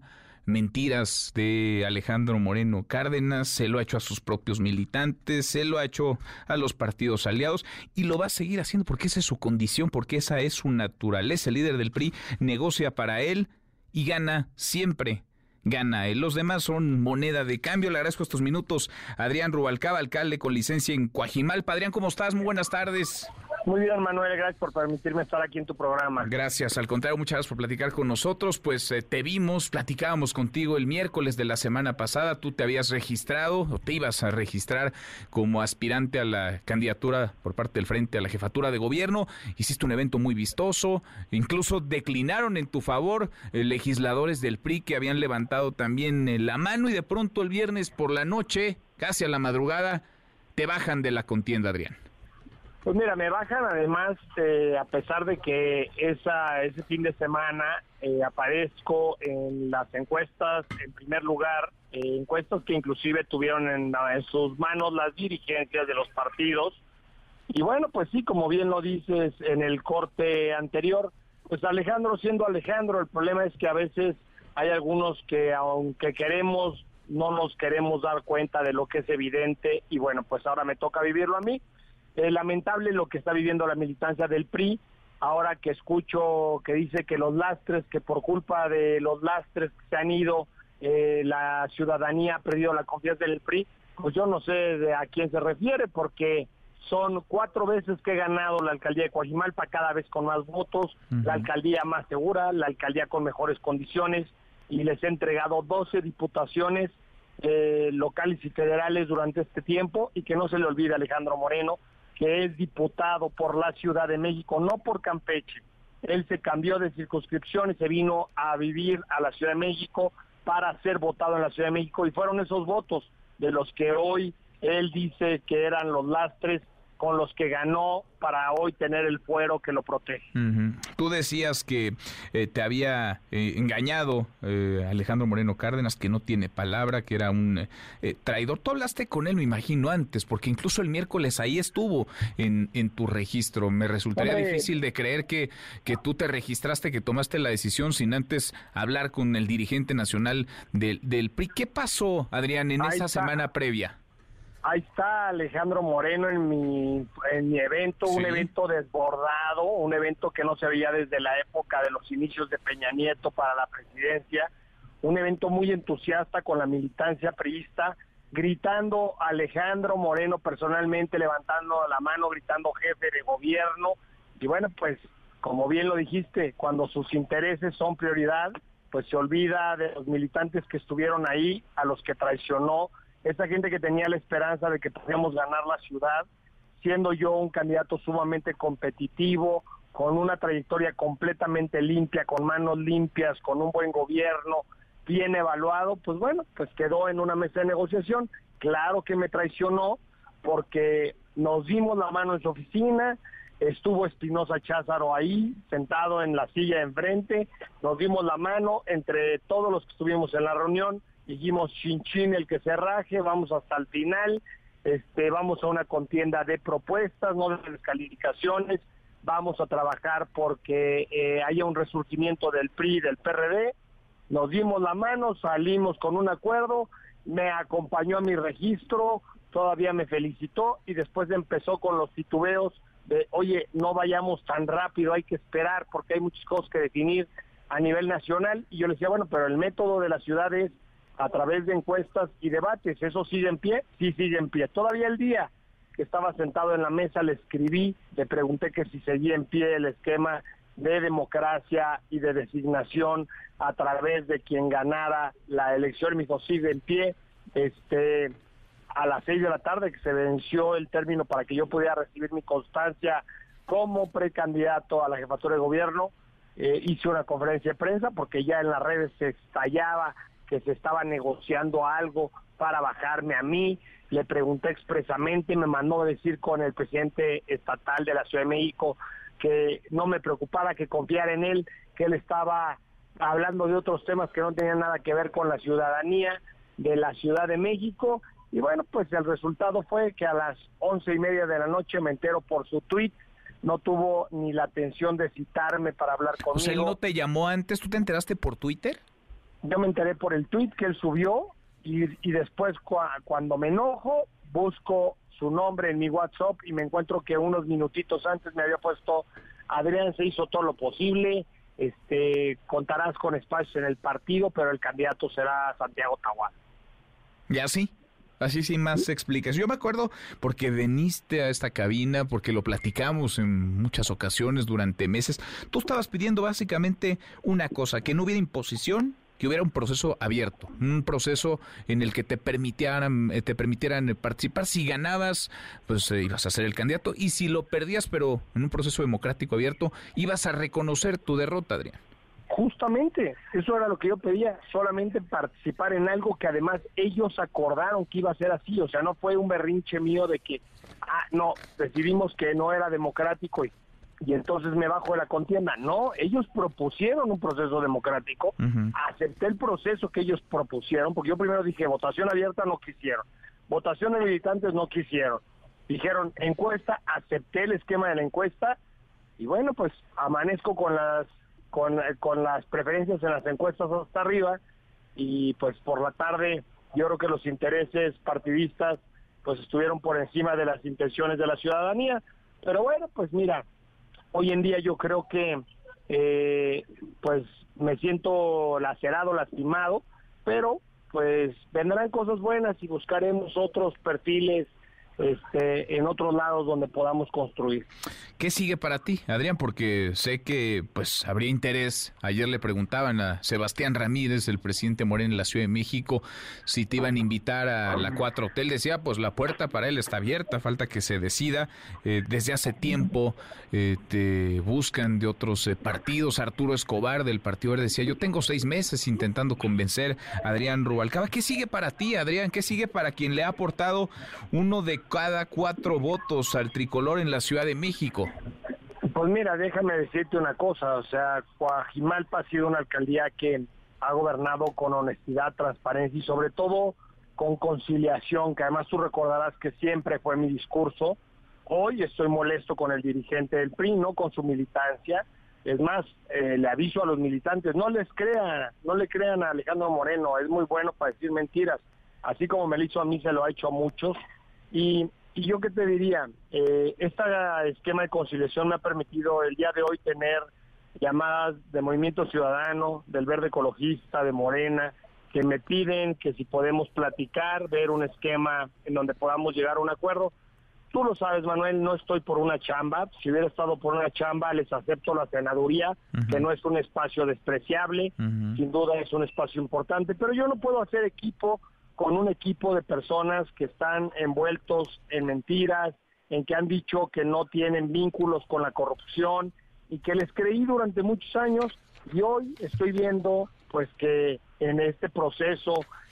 S2: mentiras de Alejandro Moreno Cárdenas, se lo ha hecho a sus propios militantes, se lo ha hecho a los partidos aliados y lo va a seguir haciendo porque esa es su condición, porque esa es su naturaleza. El líder del P R I negocia para él y gana siempre. Gana él. Los demás son moneda de cambio. Le agradezco estos minutos a Adrián Rubalcaba, alcalde con licencia en Coajimalpa. Adrián, ¿cómo estás? Muy buenas tardes.
S16: Muy bien, Manuel, gracias por permitirme estar aquí en tu programa.
S2: Gracias, al contrario, muchas gracias por platicar con nosotros. Pues eh, te vimos, platicábamos contigo el miércoles de la semana pasada. Tú te habías registrado o te ibas a registrar como aspirante a la candidatura por parte del Frente a la jefatura de gobierno. Hiciste un evento muy vistoso, incluso declinaron en tu favor eh, legisladores del P R I que habían levantado también eh, la mano y de pronto el viernes por la noche, casi a la madrugada, te bajan de la contienda, Adrián.
S16: Pues mira, me bajan además, eh, a pesar de que esa ese fin de semana eh, aparezco en las encuestas en primer lugar, eh, encuestas que inclusive tuvieron en, en sus manos las dirigencias de los partidos. Y bueno, pues sí, como bien lo dices en el corte anterior, pues Alejandro siendo Alejandro, el problema es que a veces hay algunos que aunque queremos, no nos queremos dar cuenta de lo que es evidente y bueno, pues ahora me toca vivirlo a mí. Eh, lamentable lo que está viviendo la militancia del P R I, ahora que escucho que dice que los lastres, que por culpa de los lastres que se han ido, eh, la ciudadanía ha perdido la confianza del P R I, pues yo no sé de a quién se refiere, porque son cuatro veces que he ganado la alcaldía de Coajimalpa, cada vez con más votos, uh-huh. La alcaldía más segura, la alcaldía con mejores condiciones, y les he entregado doce diputaciones eh, locales y federales durante este tiempo, y que no se le olvide a Alejandro Moreno, que es diputado por la Ciudad de México, no por Campeche. Él se cambió de circunscripción y se vino a vivir a la Ciudad de México para ser votado en la Ciudad de México, y fueron esos votos de los que hoy él dice que eran los lastres con los que ganó para hoy tener el fuero que lo protege.
S2: Uh-huh. Tú decías que eh, te había eh, engañado eh, Alejandro Moreno Cárdenas, que no tiene palabra, que era un eh, traidor. Tú hablaste con él, me imagino, antes, porque incluso el miércoles ahí estuvo en, en tu registro. Me resultaría Hombre. difícil de creer que, que tú te registraste, que tomaste la decisión sin antes hablar con el dirigente nacional del, del P R I. ¿Qué pasó, Adrián, en ahí esa está. semana previa?
S16: Ahí está Alejandro Moreno en mi en mi evento, sí. Un evento desbordado, un evento que no se veía desde la época de los inicios de Peña Nieto para la presidencia, un evento muy entusiasta con la militancia priista, gritando Alejandro Moreno personalmente, levantando la mano, gritando jefe de gobierno, y bueno, pues como bien lo dijiste, cuando sus intereses son prioridad, pues se olvida de los militantes que estuvieron ahí, a los que traicionó, esa gente que tenía la esperanza de que podíamos ganar la ciudad, siendo yo un candidato sumamente competitivo, con una trayectoria completamente limpia, con manos limpias, con un buen gobierno, bien evaluado, pues bueno, pues quedó en una mesa de negociación. Claro que me traicionó, porque nos dimos la mano en su oficina, estuvo Espinosa Cházaro ahí, sentado en la silla de enfrente, nos dimos la mano entre todos los que estuvimos en la reunión, dijimos chin chin el que se raje, vamos hasta el final, este, vamos a una contienda de propuestas, no de descalificaciones, vamos a trabajar porque eh, haya un resurgimiento del P R I y del P R D, nos dimos la mano, salimos con un acuerdo, me acompañó a mi registro, todavía me felicitó y después empezó con los titubeos de, oye, no vayamos tan rápido, hay que esperar porque hay muchas cosas que definir a nivel nacional, y yo le decía, bueno, pero el método de la ciudad es a través de encuestas y debates, ¿eso sigue en pie? Sí, sigue en pie. Todavía el día que estaba sentado en la mesa le escribí, le pregunté que si seguía en pie el esquema de democracia y de designación a través de quien ganara la elección, me dijo, sigue en pie, este, a las seis de la tarde que se venció el término para que yo pudiera recibir mi constancia como precandidato a la jefatura de gobierno, eh, hice una conferencia de prensa porque ya en las redes se estallaba que se estaba negociando algo para bajarme a mí, le pregunté expresamente, me mandó a decir con el presidente estatal de la Ciudad de México que no me preocupara, que confiara en él, que él estaba hablando de otros temas que no tenían nada que ver con la ciudadanía de la Ciudad de México, y bueno, pues el resultado fue que a las once y media de la noche me entero por su tuit, no tuvo ni la atención de citarme para hablar conmigo.
S2: O sea, él no te llamó antes, ¿tú te enteraste por Twitter?
S16: Yo me enteré por el tuit que él subió y, y después cu- cuando me enojo, busco su nombre en mi WhatsApp y me encuentro que unos minutitos antes me había puesto: Adrián, se hizo todo lo posible, este, contarás con espacios en el partido, pero el candidato será Santiago Taboada.
S2: ¿Y así? Así sin más explicación. Yo me acuerdo porque viniste a esta cabina, porque lo platicamos en muchas ocasiones durante meses. Tú estabas pidiendo básicamente una cosa: que no hubiera imposición, que hubiera un proceso abierto, un proceso en el que te permitieran, te permitieran participar. Si ganabas, pues eh, ibas a ser el candidato, y si lo perdías, pero en un proceso democrático abierto, ibas a reconocer tu derrota, Adrián.
S16: Justamente, eso era lo que yo pedía, solamente participar en algo que además ellos acordaron que iba a ser así. O sea, no fue un berrinche mío de que, ah, no, decidimos que no era democrático y, y entonces me bajo de la contienda. No, ellos propusieron un proceso democrático, uh-huh. Acepté el proceso que ellos propusieron, porque yo primero dije votación abierta, no quisieron, votación de militantes, no quisieron, dijeron encuesta, acepté el esquema de la encuesta y bueno, pues amanezco con las Con, con las preferencias en las encuestas hasta arriba, y pues por la tarde yo creo que los intereses partidistas pues estuvieron por encima de las intenciones de la ciudadanía. Pero bueno, pues mira, hoy en día yo creo que eh, pues me siento lacerado, lastimado, pero pues vendrán cosas buenas y buscaremos otros perfiles Este, en otros lados donde podamos construir.
S2: ¿Qué sigue para ti, Adrián? Porque sé que pues habría interés. Ayer le preguntaban a Sebastián Ramírez, el presidente Morena en la Ciudad de México, si te iban a invitar a la cuatro T. Él decía, pues la puerta para él está abierta, falta que se decida. Eh, desde hace tiempo eh, te buscan de otros eh, partidos. Arturo Escobar del Partido Verde decía, yo tengo seis meses intentando convencer a Adrián Rubalcaba. ¿Qué sigue para ti, Adrián? ¿Qué sigue para quien le ha aportado uno de cada cuatro votos al tricolor en la Ciudad de México?
S16: Pues mira, déjame decirte una cosa, o sea, Coajimalpa ha sido una alcaldía que ha gobernado con honestidad, transparencia y sobre todo con conciliación, que además tú recordarás que siempre fue mi discurso. Hoy estoy molesto con el dirigente del P R I, no con su militancia. Es más, eh, le aviso a los militantes, no les crean, no le crean a Alejandro Moreno, es muy bueno para decir mentiras, así como me lo hizo a mí, se lo ha hecho a muchos. Y, y yo qué te diría, eh, este esquema de conciliación me ha permitido el día de hoy tener llamadas de Movimiento Ciudadano, del Verde Ecologista, de Morena, que me piden que si podemos platicar, ver un esquema en donde podamos llegar a un acuerdo. Tú lo sabes, Manuel, no estoy por una chamba. Si hubiera estado por una chamba, les acepto la senaduría, uh-huh. que no es un espacio despreciable, uh-huh. sin duda es un espacio importante, pero yo no puedo hacer equipo con un equipo de personas que están envueltos en mentiras, en que han dicho que no tienen vínculos con la corrupción y que les creí durante muchos años, y hoy estoy viendo pues que en este proceso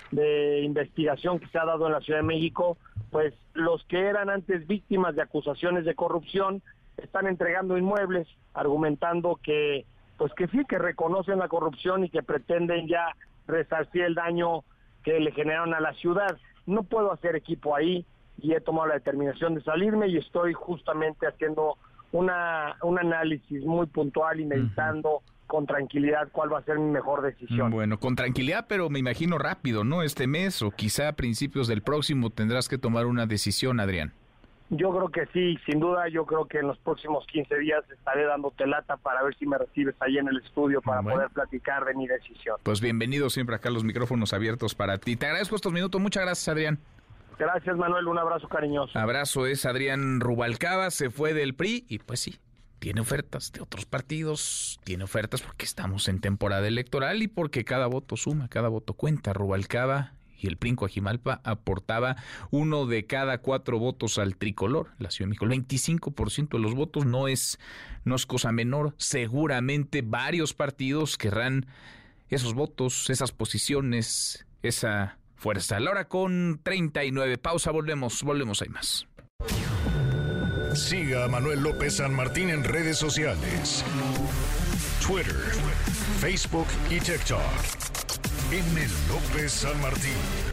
S16: de investigación que se ha dado en la Ciudad de México, pues los que eran antes víctimas de acusaciones de corrupción están entregando inmuebles, argumentando que pues que sí, que reconocen la corrupción y que pretenden ya resarcir el daño que le generaron a la ciudad. No puedo hacer equipo ahí y he tomado la determinación de salirme y estoy justamente haciendo una un análisis muy puntual y meditando uh-huh. con tranquilidad cuál va a ser mi mejor decisión.
S2: Bueno, con tranquilidad, pero me imagino rápido, ¿no? Este mes o quizá a principios del próximo tendrás que tomar una decisión, Adrián.
S16: Yo creo que sí, sin duda, yo creo que en los próximos quince días estaré dándote lata para ver si me recibes ahí en el estudio para bueno. poder platicar de mi decisión.
S2: Pues bienvenido siempre acá, los micrófonos abiertos para ti. Te agradezco estos minutos, muchas gracias, Adrián.
S16: Gracias, Manuel, un abrazo cariñoso.
S2: Abrazo, es Adrián Rubalcaba, se fue del P R I y pues sí, tiene ofertas de otros partidos, tiene ofertas porque estamos en temporada electoral y porque cada voto suma, cada voto cuenta. Rubalcaba y el P R I en Coajimalpa aportaba uno de cada cuatro votos al tricolor, la Ciudad de México. El veinticinco por ciento de los votos no es, no es cosa menor. Seguramente varios partidos querrán esos votos, esas posiciones, esa fuerza. A la hora con treinta y nueve. Pausa, volvemos, volvemos, hay más.
S1: Siga a Manuel López San Martín en redes sociales. Twitter, Facebook y TikTok. M. López San Martín.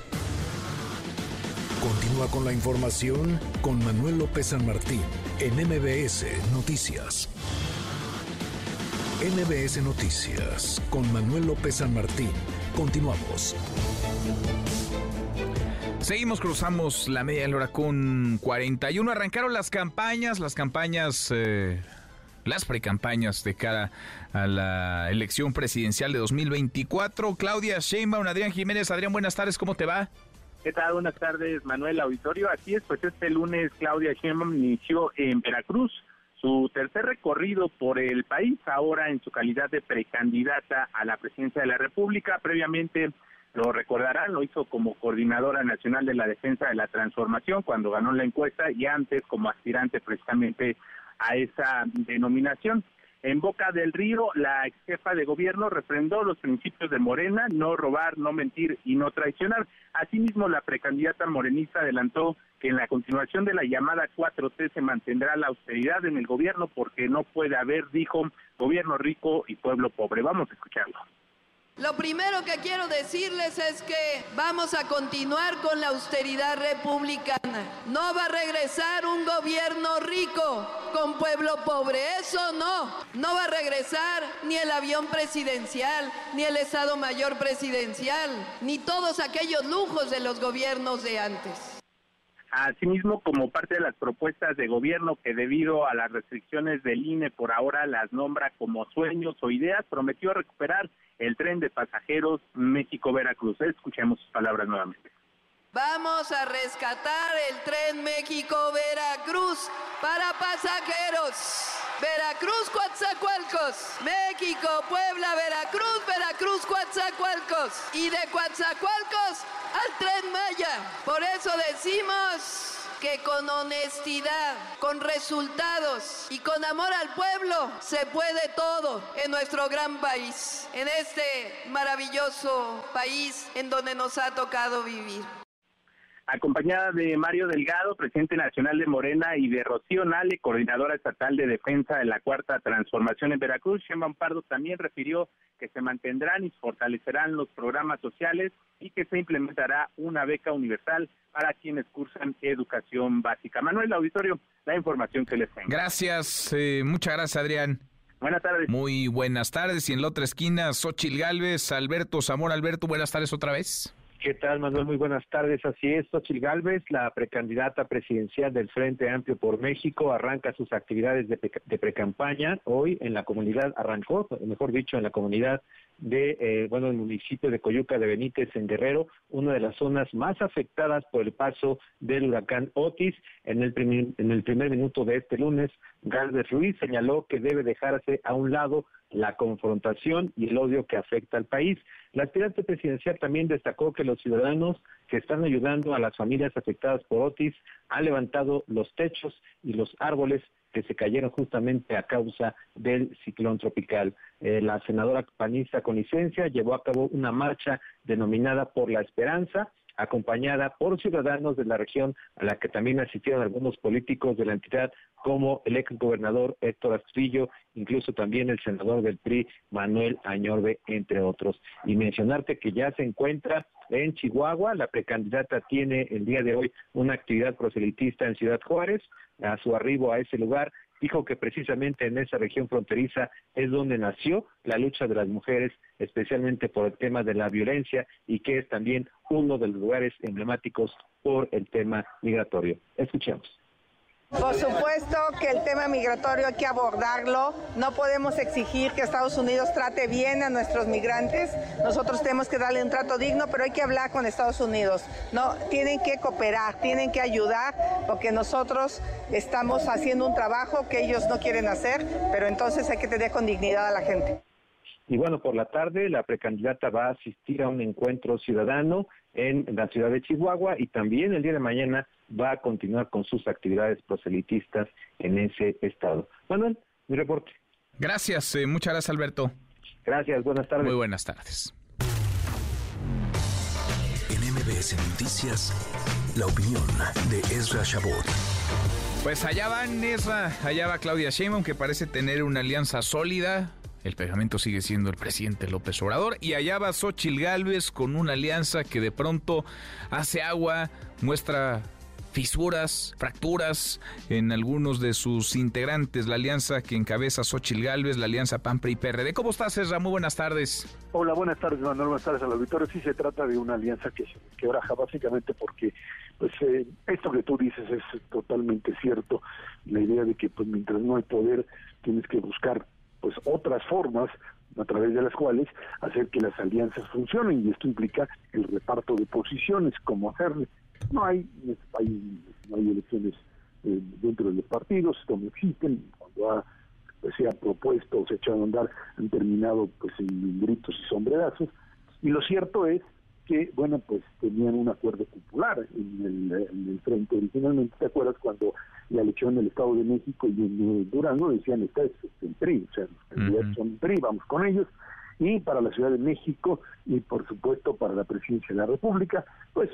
S1: Continúa con la información con Manuel López San Martín en M B S Noticias. M B S Noticias con Manuel López San Martín. Continuamos.
S2: Seguimos, cruzamos la media hora con cuarenta y uno. Arrancaron las campañas, las campañas, eh, las precampañas de cara a la elección presidencial de dos mil veinticuatro. Claudia Sheinbaum, Adrián Jiménez. Adrián, buenas tardes, ¿cómo te va?
S17: ¿Qué tal? Buenas tardes, Manuel Auditorio. Así es, pues este lunes Claudia Sheinbaum inició en Veracruz su tercer recorrido por el país, ahora en su calidad de precandidata a la presidencia de la República. Previamente, lo recordarán, lo hizo como coordinadora nacional de la defensa de la transformación cuando ganó la encuesta y antes como aspirante precisamente a esa denominación. En Boca del Río, la ex jefa de gobierno refrendó los principios de Morena: no robar, no mentir y no traicionar. Asimismo, la precandidata morenista adelantó que en la continuación de la llamada cuatro T se mantendrá la austeridad en el gobierno porque no puede haber, dijo, gobierno rico y pueblo pobre. Vamos a escucharlo.
S5: Lo primero que quiero decirles es que vamos a continuar con la austeridad republicana. No va a regresar un gobierno rico con pueblo pobre, eso no. No va a regresar ni el avión presidencial, ni el Estado Mayor presidencial, ni todos aquellos lujos de los gobiernos de antes.
S17: Asimismo, como parte de las propuestas de gobierno que debido a las restricciones del I N E por ahora las nombra como sueños o ideas, prometió recuperar el tren de pasajeros México-Veracruz. Escuchemos sus palabras nuevamente.
S5: Vamos a rescatar el tren México-Veracruz para pasajeros. Veracruz, Coatzacoalcos, México, Puebla, Veracruz, Veracruz, Coatzacoalcos. Y de Coatzacoalcos al Tren Maya. Por eso decimos que con honestidad, con resultados y con amor al pueblo se puede todo en nuestro gran país, en este maravilloso país en donde nos ha tocado vivir.
S17: Acompañada de Mario Delgado, presidente nacional de Morena, y de Rocío Nale, coordinadora estatal de defensa de la Cuarta Transformación en Veracruz, Sheinbaum Pardo también refirió que se mantendrán y fortalecerán los programas sociales y que se implementará una beca universal para quienes cursan educación básica. Manuel Auditorio, la información que les tengo.
S2: Gracias, eh, muchas gracias, Adrián.
S17: Buenas tardes.
S2: Muy buenas tardes. Y en la otra esquina, Xóchitl Gálvez, Alberto Zamora. Alberto, buenas tardes otra vez.
S14: ¿Qué tal, Manuel? Muy buenas tardes. Así es, Xóchitl Gálvez, la precandidata presidencial del Frente Amplio por México, arranca sus actividades de, pre- de precampaña. Hoy en la comunidad, arrancó, mejor dicho, en la comunidad de, eh, bueno, el municipio de Coyuca de Benítez, en Guerrero, una de las zonas más afectadas por el paso del huracán Otis. En el primer, en el primer minuto de este lunes, Gálvez Ruiz señaló que debe dejarse a un lado la confrontación y el odio que afecta al país. La aspirante presidencial también destacó que los ciudadanos que están ayudando a las familias afectadas por Otis han levantado los techos y los árboles que se cayeron justamente a causa del ciclón tropical. Eh, la senadora panista con licencia llevó a cabo una marcha denominada Por la Esperanza, acompañada por ciudadanos de la región, a la que también asistieron algunos políticos de la entidad, como el ex gobernador Héctor Astudillo, incluso también el senador del P R I, Manuel Añorbe, entre otros. Y mencionarte que ya se encuentra en Chihuahua, la precandidata tiene el día de hoy una actividad proselitista en Ciudad Juárez. A su arribo a ese lugar, dijo que precisamente en esa región fronteriza es donde nació la lucha de las mujeres, especialmente por el tema de la violencia, y que es también uno de los lugares emblemáticos por el tema migratorio. Escuchemos.
S18: Por supuesto que el tema migratorio hay que abordarlo. No podemos exigir que Estados Unidos trate bien a nuestros migrantes. Nosotros tenemos que darle un trato digno, pero hay que hablar con Estados Unidos. No, tienen que cooperar, tienen que ayudar, porque nosotros estamos haciendo un trabajo que ellos no quieren hacer, pero entonces hay que tener con dignidad a la gente.
S14: Y bueno, por la tarde la precandidata va a asistir a un encuentro ciudadano en la ciudad de Chihuahua y también el día de mañana va a continuar con sus actividades proselitistas en ese estado. Manuel, mi reporte.
S2: Gracias, eh, muchas gracias, Alberto.
S14: Gracias, buenas tardes.
S2: Muy buenas tardes.
S1: En M B S Noticias, la opinión de Ezra Shabot.
S2: Pues allá van Ezra, allá va Claudia Sheinbaum, que parece tener una alianza sólida. El pegamento sigue siendo el presidente López Obrador. Y allá va Xóchitl Gálvez con una alianza que de pronto hace agua, muestra fisuras, fracturas en algunos de sus integrantes, la alianza que encabeza Xóchitl Gálvez, la alianza P A N, P R I, P R D. ¿Cómo estás, Ezra? Muy buenas tardes.
S19: Hola, buenas tardes, Manuel, buenas tardes al auditorio. Sí, se trata de una alianza que se quebraja básicamente porque pues eh, esto que tú dices es totalmente cierto, la idea de que pues mientras no hay poder tienes que buscar pues otras formas a través de las cuales hacer que las alianzas funcionen, y esto implica el reparto de posiciones, cómo hacerle. No hay, hay, no hay elecciones eh, dentro de los partidos, esto no existen. Cuando ha, pues, se ha propuesto o se ha echado a andar, han terminado pues en gritos y sombrerazos, y lo cierto es que, bueno, pues tenían un acuerdo popular en el, en el frente. Originalmente, ¿te acuerdas cuando la elección en el Estado de México y en eh, Durango decían, esta es el P R I, o sea, los candidatos uh-huh. son el P R I, vamos con ellos, y para la Ciudad de México y por supuesto para la presidencia de la República, pues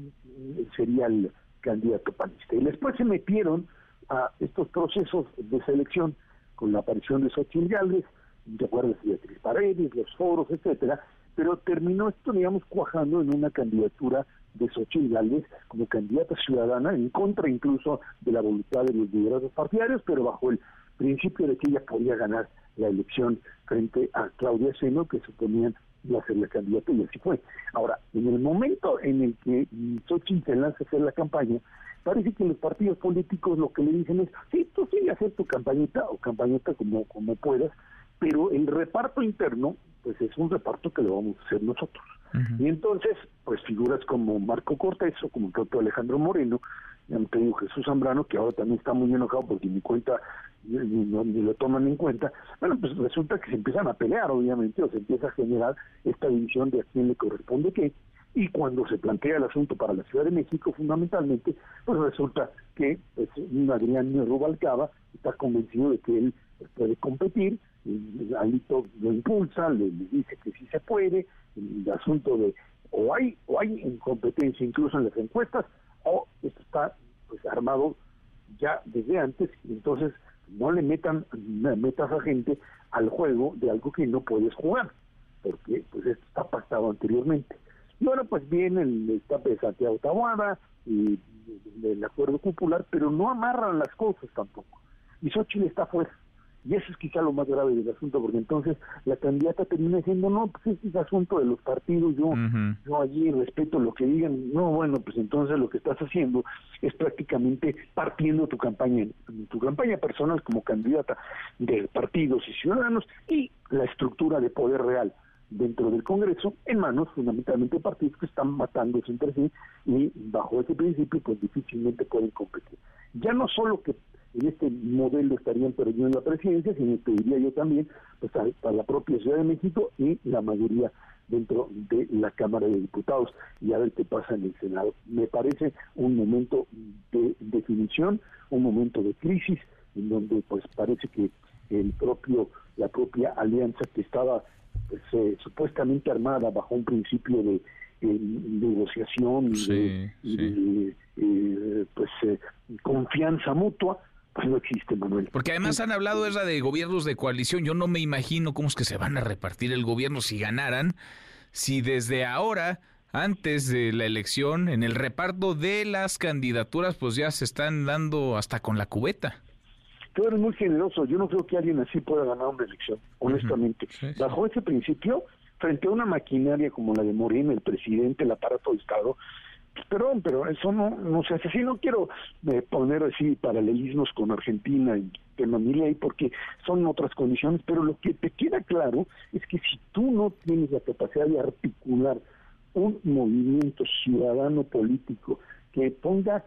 S19: sería el candidato panista. Y después se metieron a estos procesos de selección con la aparición de Xóchitl Gálvez, ¿te acuerdas? De Beatriz Paredes, los foros, etcétera, pero terminó esto, digamos, cuajando en una candidatura de Xóchitl Gálvez como candidata ciudadana, en contra incluso de la voluntad de los liderazgos partidarios, pero bajo el principio de que ella podía ganar la elección frente a Claudia Sheinbaum, que suponían iba a ser la candidata, y así fue. Ahora, en el momento en el que Xóchitl se lanza a hacer la campaña, parece que los partidos políticos lo que le dicen es, sí, tú sigue a hacer tu campañita o campañita como, como puedas, pero el reparto interno, pues es un reparto que lo vamos a hacer nosotros. Uh-huh. Y entonces, pues figuras como Marco Cortés o como el propio Alejandro Moreno, ya me digo Jesús Zambrano, que ahora también está muy enojado porque ni cuenta, ni, ni, ni lo toman en cuenta, bueno, pues resulta que se empiezan a pelear, obviamente, o se empieza a generar esta división de a quién le corresponde qué, y cuando se plantea el asunto para la Ciudad de México, fundamentalmente, pues resulta que pues, un Adrián Rubalcaba está convencido de que él puede competir, y Alito lo impulsa, le, le dice que sí se puede, el asunto de o hay o hay incompetencia incluso en las encuestas, o esto está pues armado ya desde antes, y entonces no le metan metas a gente al juego de algo que no puedes jugar, porque pues esto está pactado anteriormente. Y ahora pues viene el estape de Santiago Taboada y el acuerdo popular, pero no amarran las cosas tampoco. Y Xóchitl está fuera. Y eso es quizá lo más grave del asunto, porque entonces la candidata termina diciendo, no, pues este es asunto de los partidos, yo, uh-huh. yo allí respeto lo que digan. No, bueno, pues entonces lo que estás haciendo es prácticamente partiendo tu campaña, tu campaña personal como candidata de partidos y ciudadanos, y la estructura de poder real dentro del Congreso, en manos fundamentalmente de partidos que están matándose entre sí, y bajo ese principio pues difícilmente pueden competir. Ya no solo que en este modelo estarían perdiendo la presidencia, sino que diría yo también pues a, a la propia Ciudad de México y la mayoría dentro de la Cámara de Diputados, y a ver qué pasa en el Senado. Me parece un momento de definición, un momento de crisis, en donde pues parece que el propio la propia alianza que estaba pues eh, supuestamente armada bajo un principio de eh, negociación
S2: sí,
S19: de,
S2: sí.
S19: de eh, pues eh, confianza mutua, pues no existe, Manuel.
S2: Porque además han hablado esa de gobiernos de coalición. Yo no me imagino cómo es que se van a repartir el gobierno si ganaran, si desde ahora, antes de la elección, en el reparto de las candidaturas, pues ya se están dando hasta con la cubeta.
S19: Tú eres muy generoso. Yo no creo que alguien así pueda ganar una elección, honestamente. Uh-huh. Sí, sí. Bajo ese principio, frente a una maquinaria como la de Morena, el presidente, el aparato de Estado, perdón, pero eso no, no se hace así. No quiero eh, poner así paralelismos con Argentina y tema Milei, porque son otras condiciones, pero lo que te queda claro es que si tú no tienes la capacidad de articular un movimiento ciudadano político que ponga,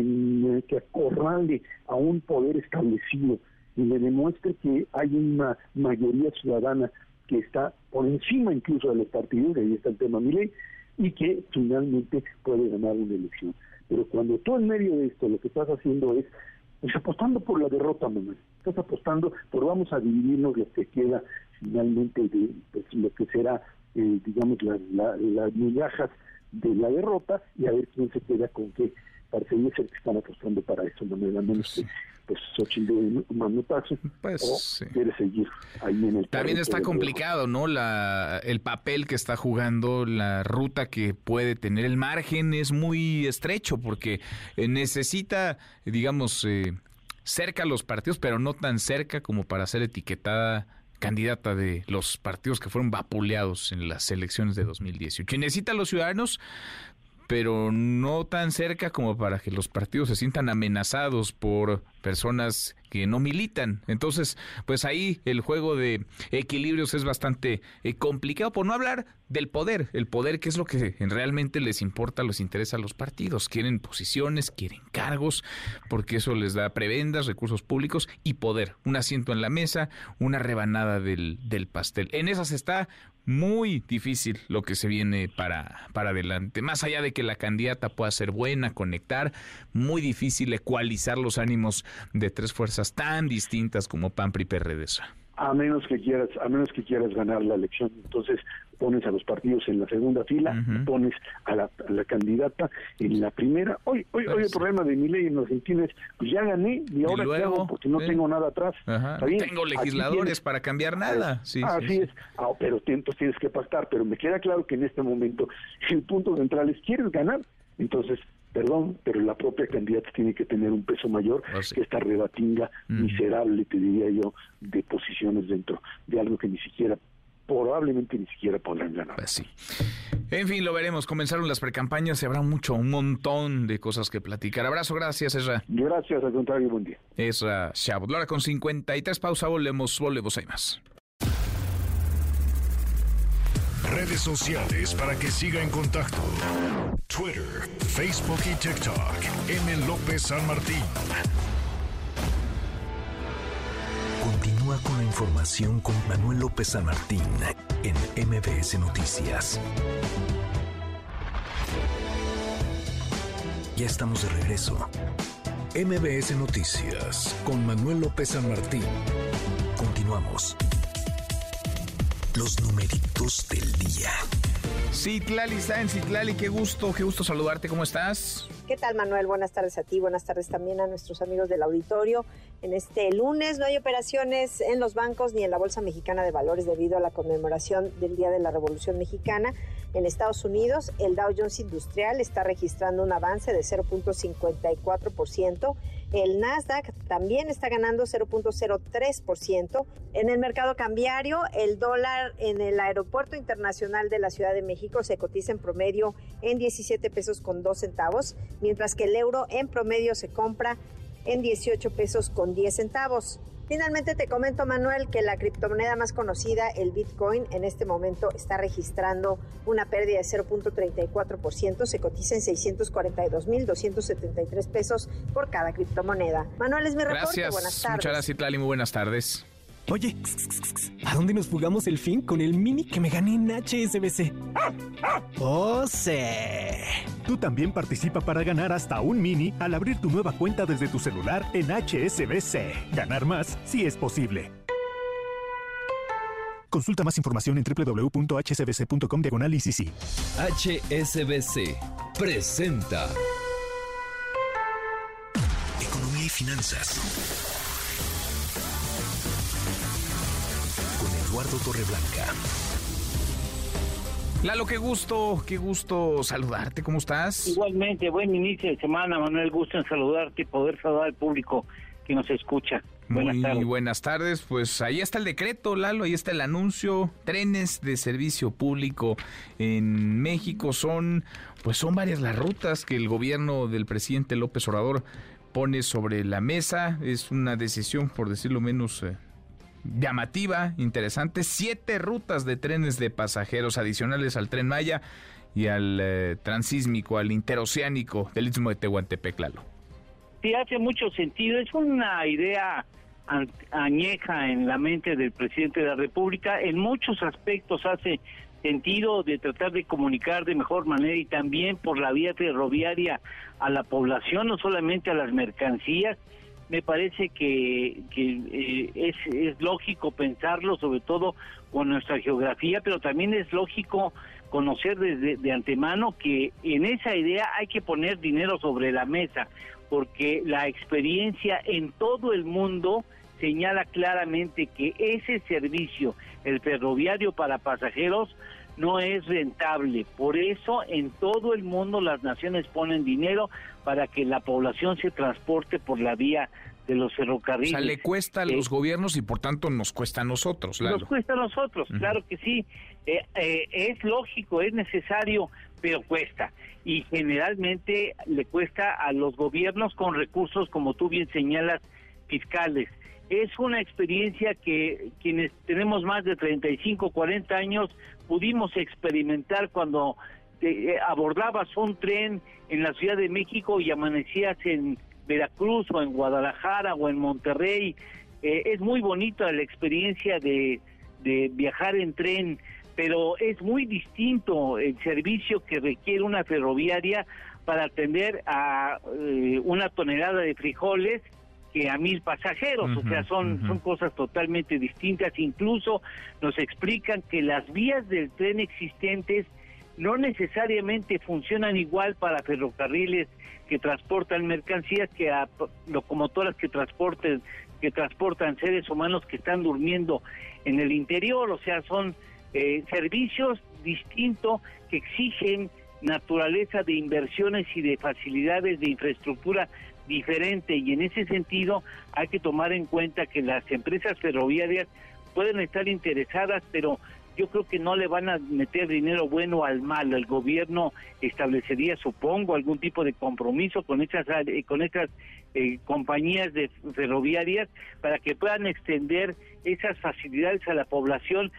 S19: en, que acorrale a un poder establecido y le demuestre que hay una mayoría ciudadana que está por encima incluso de los partidos, y ahí está el tema Milei, y que finalmente puede ganar una elección. Pero cuando tú en medio de esto lo que estás haciendo es pues, apostando por la derrota, Manuel, estás apostando por vamos a dividirnos lo que queda finalmente de pues, lo que será, eh, digamos, las la, la migajas de la derrota, y a ver quién se queda con qué. parecería ser que están apostando para eso, Manuel, a menos que pues Xochitl de un manotazo,
S2: pues,
S19: o
S2: sí.
S19: quiere seguir ahí en el
S2: También está complicado, ¿no? La, el papel que está jugando, la ruta que puede tener, el margen es muy estrecho porque necesita, digamos, eh, cerca a los partidos, pero no tan cerca como para ser etiquetada candidata de los partidos que fueron vapuleados en las elecciones de dos mil dieciocho. Y necesita a los ciudadanos, pero no tan cerca como para que los partidos se sientan amenazados por personas que no militan. Entonces, pues ahí el juego de equilibrios es bastante eh, complicado, por no hablar del poder, el poder que es lo que realmente les importa, les interesa a los partidos. Quieren posiciones, quieren cargos, porque eso les da prebendas, recursos públicos y poder. Un asiento en la mesa, una rebanada del, del pastel. En esas está muy difícil lo que se viene para, para adelante. Más allá de que la candidata pueda ser buena, conectar, muy difícil ecualizar los ánimos de tres fuerzas tan distintas como P A N, P R I, P R D.
S19: A menos que quieras, a menos que quieras ganar la elección, entonces pones a los partidos en la segunda fila, uh-huh. pones a la, a la candidata en la primera. Hoy, hoy, hoy el problema de mi ley en Argentina es, pues ya gané y ahora
S2: luego,
S19: qué hago porque no eh. tengo nada atrás.
S2: No tengo legisladores tienes, para cambiar nada. Sí,
S19: así
S2: sí,
S19: es, sí. Ah, pero entonces tienes que pactar, pero me queda claro que en este momento el punto central es, ¿quieres ganar? Entonces, perdón, pero la propia candidata tiene que tener un peso mayor oh, sí. que esta rebatinga mm. miserable, te diría yo, de posiciones dentro de algo que ni siquiera, probablemente ni siquiera podrán ganar.
S2: Pues sí. En fin, lo veremos. Comenzaron las precampañas y habrá mucho, un montón de cosas que platicar. Abrazo, gracias, Ezra.
S19: Gracias, al contrario, buen día.
S2: Ezra Chabot. Ahora con cincuenta y tres, pausa, volvemos, volvemos, hay más.
S1: Redes sociales para que siga en contacto: Twitter, Facebook y TikTok. M. López San Martín. Continúa con la información con Manuel López San Martín en M B S Noticias. Ya estamos de regreso. M B S Noticias con Manuel López San Martín. Continuamos. Los numeritos del día.
S2: Citlali está en Citlali, qué gusto, qué gusto saludarte, ¿cómo estás?
S20: ¿Qué tal, Manuel? Buenas tardes a ti, buenas tardes también a nuestros amigos del auditorio. En este lunes no hay operaciones en los bancos ni en la Bolsa Mexicana de Valores debido a la conmemoración del Día de la Revolución Mexicana. En Estados Unidos, el Dow Jones Industrial está registrando un avance de cero punto cincuenta y cuatro por ciento. El Nasdaq también está ganando cero punto cero tres por ciento. En el mercado cambiario, el dólar en el Aeropuerto Internacional de la Ciudad de México se cotiza en promedio en diecisiete pesos con dos centavos, mientras que el euro en promedio se compra en dieciocho pesos con diez centavos. Finalmente te comento, Manuel, que la criptomoneda más conocida, el Bitcoin, en este momento está registrando una pérdida de cero punto treinta y cuatro por ciento. Se cotiza en seiscientos cuarenta y dos mil doscientos setenta y tres pesos por cada criptomoneda. Manuel, es mi reporte.
S2: Gracias.
S20: Buenas tardes.
S2: Muchas gracias, Tlali. Muy buenas tardes.
S21: Oye, ¿a dónde nos jugamos el fin con el mini que me gané en H S B C? ¡Oh, sí!
S22: Tú también participa para ganar hasta un mini al abrir tu nueva cuenta desde tu celular en H S B C. Ganar más si es posible. Consulta más información en doble u doble u doble u punto h s b c punto com diagonal I C C.
S23: H S B C presenta
S1: Economía y finanzas. Eduardo Torreblanca.
S2: Lalo, qué gusto, qué gusto saludarte, ¿cómo estás?
S24: Igualmente, buen inicio de semana, Manuel, gusto en saludarte y poder saludar al público que nos escucha. Buenas
S2: Muy
S24: tardes.
S2: buenas tardes, pues ahí está el decreto, Lalo, ahí está el anuncio, trenes de servicio público en México, son, pues son varias las rutas que el gobierno del presidente López Obrador pone sobre la mesa, es una decisión, por decirlo menos, eh, llamativa, interesante, siete rutas de trenes de pasajeros adicionales al Tren Maya y al eh, transísmico, al interoceánico del Istmo de Tehuantepec, Lalo.
S24: Sí, hace mucho sentido, es una idea añeja en la mente del presidente de la República, en muchos aspectos hace sentido de tratar de comunicar de mejor manera y también por la vía ferroviaria a la población, no solamente a las mercancías. Me parece que, que eh, es, es lógico pensarlo, sobre todo con nuestra geografía, pero también es lógico conocer desde de antemano que en esa idea hay que poner dinero sobre la mesa, porque la experiencia en todo el mundo señala claramente que ese servicio, el ferroviario para pasajeros, no es rentable. Por eso en todo el mundo las naciones ponen dinero para que la población se transporte por la vía de los ferrocarriles.
S2: O sea, le cuesta a los eh, gobiernos y por tanto nos cuesta a nosotros, Lalo.
S24: Nos cuesta a nosotros, uh-huh. Claro que sí. Eh, eh, es lógico, es necesario, pero cuesta. Y generalmente le cuesta a los gobiernos con recursos, como tú bien señalas, fiscales. Es una experiencia que quienes tenemos más de treinta y cinco, cuarenta años pudimos experimentar cuando eh, abordabas un tren en la Ciudad de México y amanecías en Veracruz o en Guadalajara o en Monterrey. Eh, es muy bonita la experiencia de, de viajar en tren, pero es muy distinto el servicio que requiere una ferroviaria para atender a eh, una tonelada de frijoles que a mil pasajeros. Uh-huh, o sea, son, uh-huh. son cosas totalmente distintas. Incluso nos explican que las vías del tren existentes no necesariamente funcionan igual para ferrocarriles que transportan mercancías que a locomotoras que transporten que transportan seres humanos que están durmiendo en el interior. O sea, son eh, servicios distintos que exigen naturaleza de inversiones y de facilidades de infraestructura diferente, y en ese sentido hay que tomar en cuenta que las empresas ferroviarias pueden estar interesadas, pero yo creo que no le van a meter dinero bueno al malo. El gobierno establecería, supongo, algún tipo de compromiso con estas con estas eh, compañías de ferroviarias para que puedan extender esas facilidades a la población,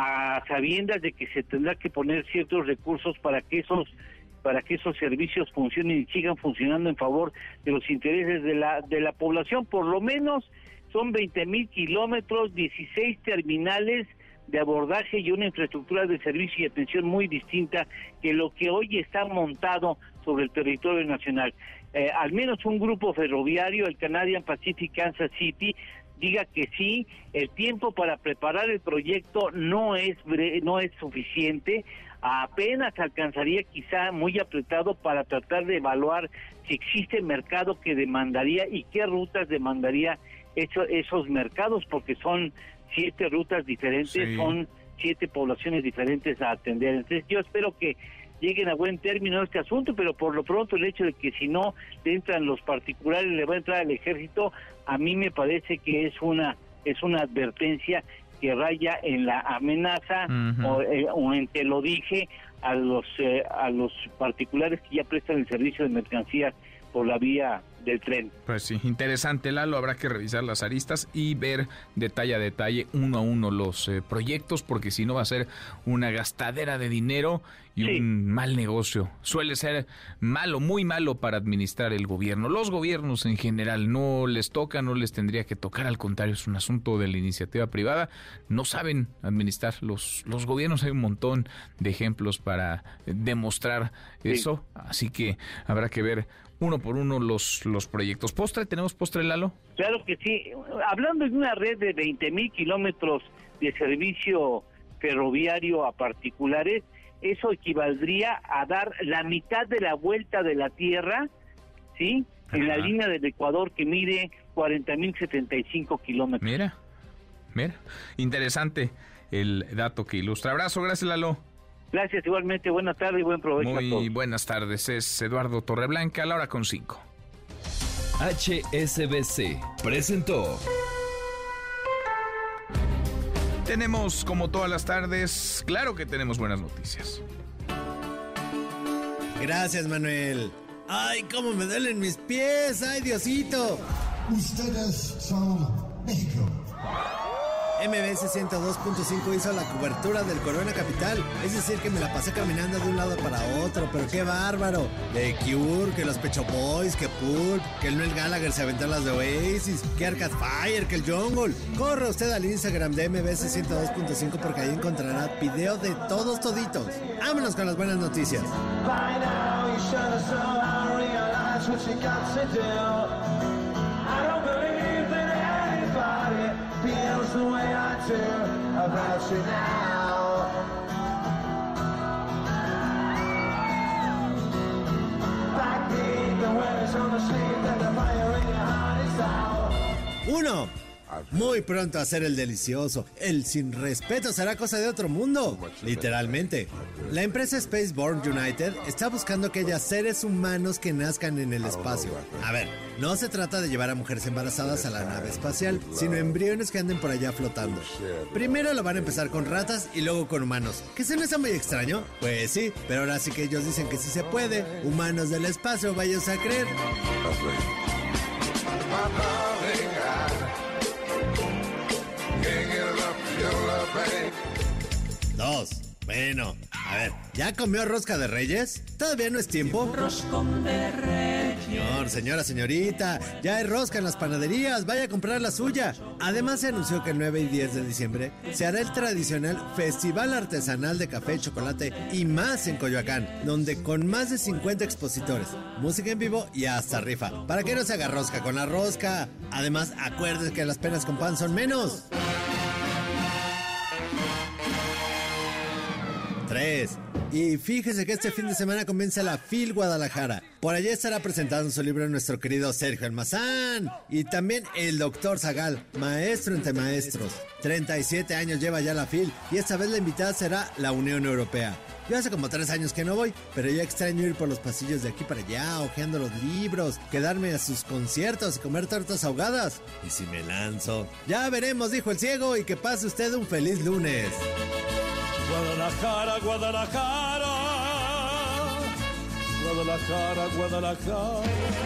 S24: a sabiendas de que se tendrá que poner ciertos recursos para que esos para que esos servicios funcionen y sigan funcionando en favor de los intereses de la de la población. Por lo menos son veinte mil kilómetros, dieciséis terminales de abordaje y una infraestructura de servicio y atención muy distinta que lo que hoy está montado sobre el territorio nacional. Eh, al menos un grupo ferroviario, el Canadian Pacific Kansas City, diga que sí, el tiempo para preparar el proyecto no es bre- no es suficiente, apenas alcanzaría quizá muy apretado para tratar de evaluar si existe mercado que demandaría y qué rutas demandaría eso, esos mercados, porque son siete rutas diferentes, sí. Son siete poblaciones diferentes a atender. Entonces yo espero que lleguen a buen término este asunto, pero por lo pronto el hecho de que si no le entran los particulares, le va a entrar al ejército, a mí me parece que es una es una advertencia que raya en la amenaza uh-huh. o, eh, o en te lo dije a los eh, a los particulares que ya prestan el servicio de mercancías por la vía del tren.
S2: Pues sí, interesante, Lalo. Habrá que revisar las aristas y ver detalle a detalle, uno a uno, los eh, proyectos, porque si no va a ser una gastadera de dinero y sí. un mal negocio. Suele ser malo, muy malo para administrar el gobierno. Los gobiernos en general no les toca, no les tendría que tocar, al contrario, es un asunto de la iniciativa privada. No saben administrar los, los gobiernos, hay un montón de ejemplos para demostrar sí. eso, así que habrá que ver uno por uno los, los proyectos. ¿Postre? ¿Tenemos postre, Lalo?
S24: Claro que sí. Hablando de una red de veinte mil kilómetros de servicio ferroviario a particulares, eso equivaldría a dar la mitad de la vuelta de la Tierra, ¿sí? Ajá. En la línea del Ecuador, que mide cuarenta mil setenta y cinco kilómetros.
S2: Mira, mira. Interesante el dato que ilustra. Abrazo, gracias, Lalo.
S24: Gracias, igualmente. Buenas tardes y buen provecho
S2: Muy
S24: a todos.
S2: Muy buenas tardes. Es Eduardo Torreblanca, a la hora con cinco.
S23: H S B C presentó.
S2: Tenemos, como todas las tardes, claro que tenemos buenas noticias.
S3: Gracias, Manuel. ¡Ay, cómo me duelen mis pies! ¡Ay, Diosito!
S4: Ustedes son México.
S3: M B S ciento dos punto cinco hizo la cobertura del Corona Capital. Es decir, que me la pasé caminando de un lado para otro. Pero qué bárbaro. De Cure, que los Pecho Boys, que Pulp, que el Noel Gallagher se aventó las de Oasis, que Arcade Fire, que el Jungle. Corre usted al Instagram de M B S ciento dos punto cinco porque ahí encontrará video de todos toditos. Vámonos con las buenas noticias.
S4: about you now. Backbeat, the words on the street and the fire in your heart is out.
S3: Uno. Muy pronto a hacer el delicioso. El sin respeto será cosa de otro mundo. Literalmente. La empresa Spaceborne United está buscando aquellos seres humanos que nazcan en el espacio. A ver, no se trata de llevar a mujeres embarazadas a la nave espacial, sino embriones que anden por allá flotando. Primero lo van a empezar con ratas y luego con humanos. ¿Que se me está muy extraño? Pues sí, pero ahora sí que ellos dicen que sí se puede. Humanos del espacio, vayas a creer. Dos. Bueno, a ver, ¿ya comió rosca de reyes? ¿Todavía no es tiempo?
S4: Roscón de reyes.
S3: Señor, señora, señorita, ya hay rosca en las panaderías, vaya a comprar la suya. Además se anunció que el nueve y diez de diciembre se hará el tradicional Festival Artesanal de Café y Chocolate y más en Coyoacán, donde con más de cincuenta expositores, música en vivo y hasta rifa. ¿Para qué no se haga rosca con la rosca? Además, acuérdense que las penas con pan son menos. Tres. Y fíjese que este fin de semana comienza la FIL Guadalajara. Por allá estará presentando su libro nuestro querido Sergio Almazán. Y también el doctor Zagal, maestro entre maestros. treinta y siete años lleva ya la FIL y esta vez la invitada será la Unión Europea. Yo hace como tres años que no voy, pero ya extraño ir por los pasillos de aquí para allá, hojeando los libros, quedarme a sus conciertos y comer tortas ahogadas. ¿Y si me lanzo? Ya veremos, dijo el ciego, y que pase usted un feliz lunes.
S4: Guadalajara, Guadalajara, Guadalajara, Guadalajara.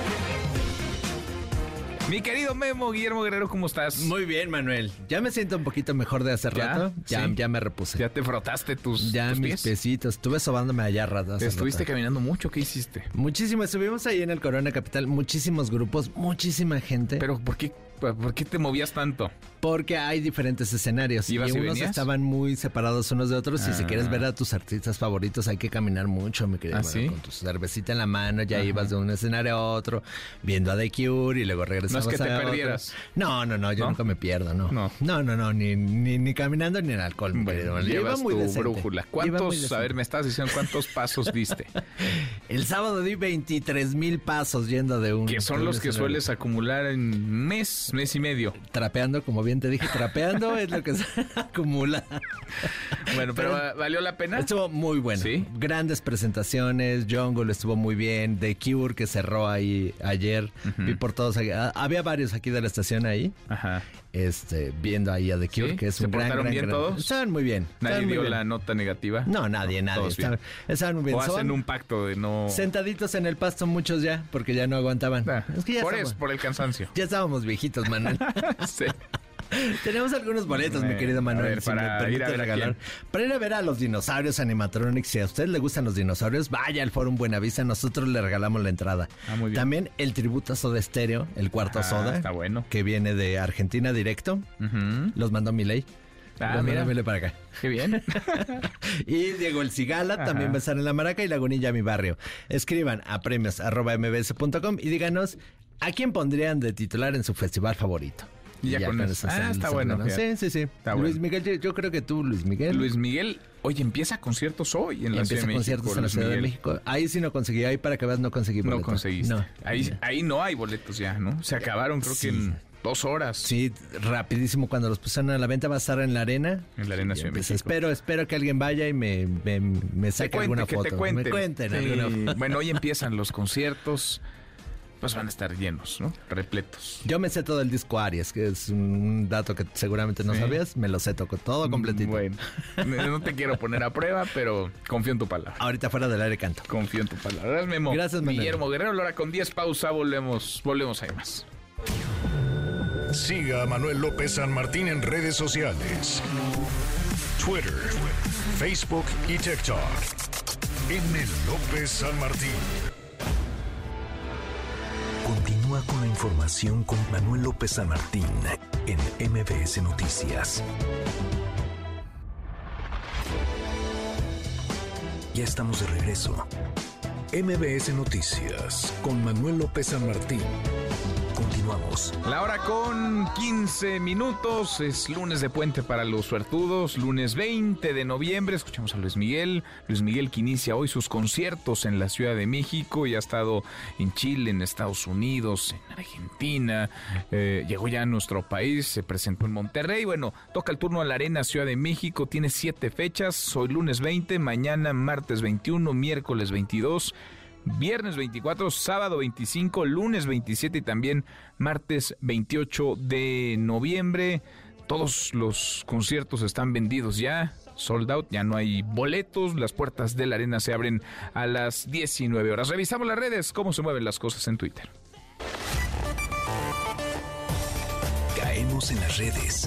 S2: Mi querido Memo, Guillermo Guerrero, ¿cómo estás?
S6: Muy bien, Manuel. Ya me siento un poquito mejor de hace
S2: ¿Ya?
S6: rato. Ya,
S2: Sí.
S6: ya me repuse.
S2: Ya te frotaste tus,
S6: Ya
S2: tus
S6: mis
S2: pies.
S6: piecitos. Estuve sobándome allá rato.
S2: Te estuviste caminando mucho, ¿qué hiciste?
S6: Muchísimo. Estuvimos ahí en el Corona Capital. Muchísimos grupos, muchísima gente.
S2: Pero ¿por qué, por qué te movías tanto?
S6: Porque hay diferentes escenarios. Y
S2: ¿Ibas y
S6: unos
S2: venías?
S6: estaban muy separados unos de otros. Y si
S2: Ah.
S6: quieres ver a tus artistas favoritos, hay que caminar mucho, mi querido
S2: ¿Ah,
S6: Manuel.
S2: sí?
S6: Con tu cervecita en la mano, ya
S2: Ajá.
S6: ibas de un escenario a otro, viendo a The Cure y luego regresabas
S2: No es que te
S6: a otro.
S2: perdieras.
S6: No, no, no, yo
S2: ¿No?
S6: nunca me pierdo, no.
S2: No.
S6: No, no, no, ni, ni, ni caminando ni en alcohol, mi querido
S2: Bueno,
S6: Manuel. Iba
S2: llevas
S6: muy
S2: tu
S6: decente.
S2: brújula.
S6: Iba muy
S2: ¿Cuántos,
S6: decente.
S2: a ver, me estás diciendo cuántos pasos diste?
S6: El sábado di veintitrés mil pasos yendo de un...
S2: Que son
S6: de un
S2: los que
S6: escenario.
S2: sueles acumular en mes, mes y medio.
S6: Trapeando, como bien te dije, trapeando es lo que se acumula.
S2: Bueno, pero ¿va- ¿valió la pena?
S6: Estuvo muy bueno.
S2: ¿Sí?
S6: Grandes presentaciones. Jungle estuvo muy bien. The Cure, que cerró ahí ayer.
S2: Ujú.
S6: Vi por todos. aquí- ah, Había varios aquí de la estación ahí.
S2: Ajá.
S6: Este, viendo ahí a The Cure,
S2: ¿Sí?
S6: que es
S2: ¿Se
S6: un gran,
S2: portaron
S6: gran,
S2: bien
S6: gran-
S2: todos?
S6: Estaban muy bien.
S2: ¿Nadie
S6: estaban muy
S2: dio
S6: bien.
S2: la nota negativa?
S6: No, nadie, nadie.
S2: Todos bien.
S6: Estaban, estaban muy bien.
S2: O hacen
S6: Son
S2: un pacto de no...
S6: sentaditos en el pasto muchos ya, porque ya no aguantaban.
S2: Ah,
S6: Es que ya
S2: por
S6: estamos-
S2: eso, por el cansancio.
S6: Ya estábamos viejitos, Manuel.
S2: Sí.
S6: Tenemos algunos boletos, mi
S2: Eh,
S6: querido Manuel,
S2: a ver,
S6: si me
S2: para
S6: permites
S2: ir a ver a
S6: regalar. Para ir a ver a los dinosaurios animatronics. Si a usted le gustan los dinosaurios, vaya al Fórum Buenavista, nosotros le regalamos la entrada.
S2: Ah, muy bien.
S6: También el tributo a Soda Stereo, el cuarto
S2: Ah,
S6: Soda,
S2: está bueno.
S6: que viene de Argentina directo.
S2: Ujú.
S6: Los mandó Milei.
S2: Ah,
S6: Los
S2: mira.
S6: mandó Milei para acá.
S2: Qué bien.
S6: Y Diego El Cigala
S2: Ajá.
S6: también va a estar en La Maraca y Lagunilla, mi barrio. Escriban a premios arroba mbs punto com y díganos a quién pondrían de titular en su festival favorito.
S2: Y ya con eso. Ah,
S6: se-
S2: está
S6: se
S2: bueno,
S6: ganan. Sí,
S2: fíjate.
S6: sí, sí.
S2: Está
S6: Luis
S2: bueno.
S6: Miguel, yo, yo creo que tú, Luis Miguel.
S2: Luis Miguel, oye, empieza conciertos hoy en la Ciudad
S6: Empieza
S2: de México.
S6: conciertos en la
S2: Luis
S6: Ciudad de
S2: Miguel.
S6: México. Ahí sí no conseguí, ahí para que veas no conseguí
S2: No
S6: boleto.
S2: conseguiste.
S6: No.
S2: Ahí, ahí no hay boletos ya, ¿no? Se acabaron creo
S6: Sí.
S2: que en dos horas.
S6: Sí, rapidísimo cuando los pusieron a la venta va a estar en la arena.
S2: En la Arena
S6: Y,
S2: Ciudad de
S6: pues,
S2: México.
S6: espero, espero que alguien vaya y me, me, me
S2: Te
S6: saque
S2: cuente,
S6: alguna
S2: que
S6: foto.
S2: te cuenten.
S6: Me cuenten
S2: Sí.
S6: alguna-
S2: Bueno, hoy empiezan los conciertos. Pues van a estar llenos, ¿no? Repletos.
S6: Yo me sé todo el disco Aries, que es un dato que seguramente no
S2: Sí.
S6: sabías. Me lo sé toco todo completito.
S2: Bueno, no te quiero poner a prueba, pero confío en tu palabra.
S6: Ahorita fuera del aire canto.
S2: Confío en tu palabra. Gracias, Memo.
S6: Gracias, Manuel.
S2: Guillermo Guerrero, Lora con diez, pausa, volvemos, volvemos ahí más.
S1: Siga a Manuel López San Martín en redes sociales. Twitter, Facebook y TikTok. M. López San Martín. Continúa con la información con Manuel López San Martín en M B S Noticias. Ya estamos de regreso. M B S Noticias con Manuel López San Martín. Continuamos.
S2: La hora con quince minutos, es lunes de puente para los suertudos, lunes veinte de noviembre, escuchamos a Luis Miguel, Luis Miguel que inicia hoy sus conciertos en la Ciudad de México, y ha estado en Chile, en Estados Unidos, en Argentina, eh, llegó ya a nuestro país, se presentó en Monterrey, bueno, toca el turno a la Arena Ciudad de México, tiene siete fechas, hoy lunes veinte, mañana martes veintiuno, miércoles veintidós, viernes veinticuatro, sábado veinticinco, lunes veintisiete y también martes veintiocho de noviembre. Todos los conciertos están vendidos ya, sold out, ya no hay boletos. Las puertas de la arena se abren a las diecinueve horas. Revisamos las redes, cómo se mueven las cosas en Twitter.
S1: Caemos en las redes.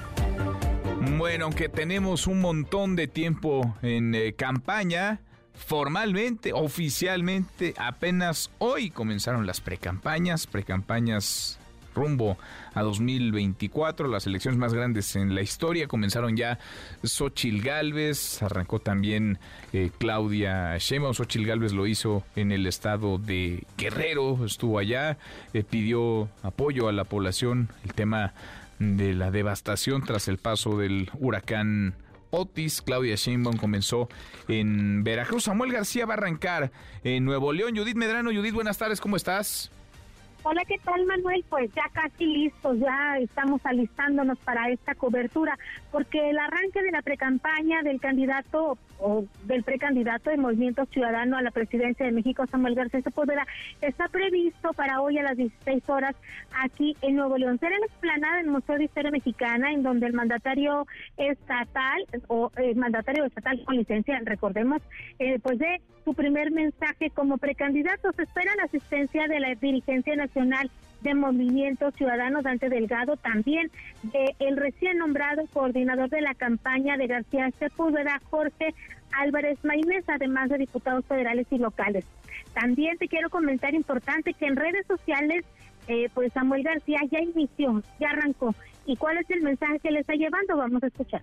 S2: Bueno, aunque tenemos un montón de tiempo en eh, campaña, formalmente, oficialmente, apenas hoy comenzaron las precampañas, precampañas rumbo a dos mil veinticuatro, las elecciones más grandes en la historia. Comenzaron ya Xóchitl Gálvez, arrancó también eh, Claudia Sheinbaum. Xóchitl Gálvez lo hizo en el estado de Guerrero, estuvo allá, eh, pidió apoyo a la población, el tema de la devastación tras el paso del huracán Otis. Claudia Sheinbaum comenzó en Veracruz. Samuel García va a arrancar en Nuevo León. Judith Medrano. Judith, buenas tardes, ¿cómo estás?
S11: Hola, ¿qué tal, Manuel? Pues ya casi listos, ya estamos alistándonos para esta cobertura, porque el arranque de la precampaña del candidato o del precandidato de Movimiento Ciudadano a la presidencia de México, Samuel García Sepúlveda, está previsto para hoy a las dieciséis horas aquí en Nuevo León. Será en la explanada del Museo de Historia Mexicana, en donde el mandatario estatal o el eh, mandatario estatal con licencia, recordemos, eh, pues de su primer mensaje como precandidato. Se espera la asistencia de la dirigencia nacional de Movimiento Ciudadano, Dante Delgado, también de el recién nombrado coordinador de la campaña de García Sepúlveda, Jorge Álvarez Maínez, además de diputados federales y locales. También te quiero comentar, importante, que en redes sociales, eh, pues Samuel García ya inició, ya arrancó. ¿Y cuál es el mensaje que le está llevando? Vamos a escuchar.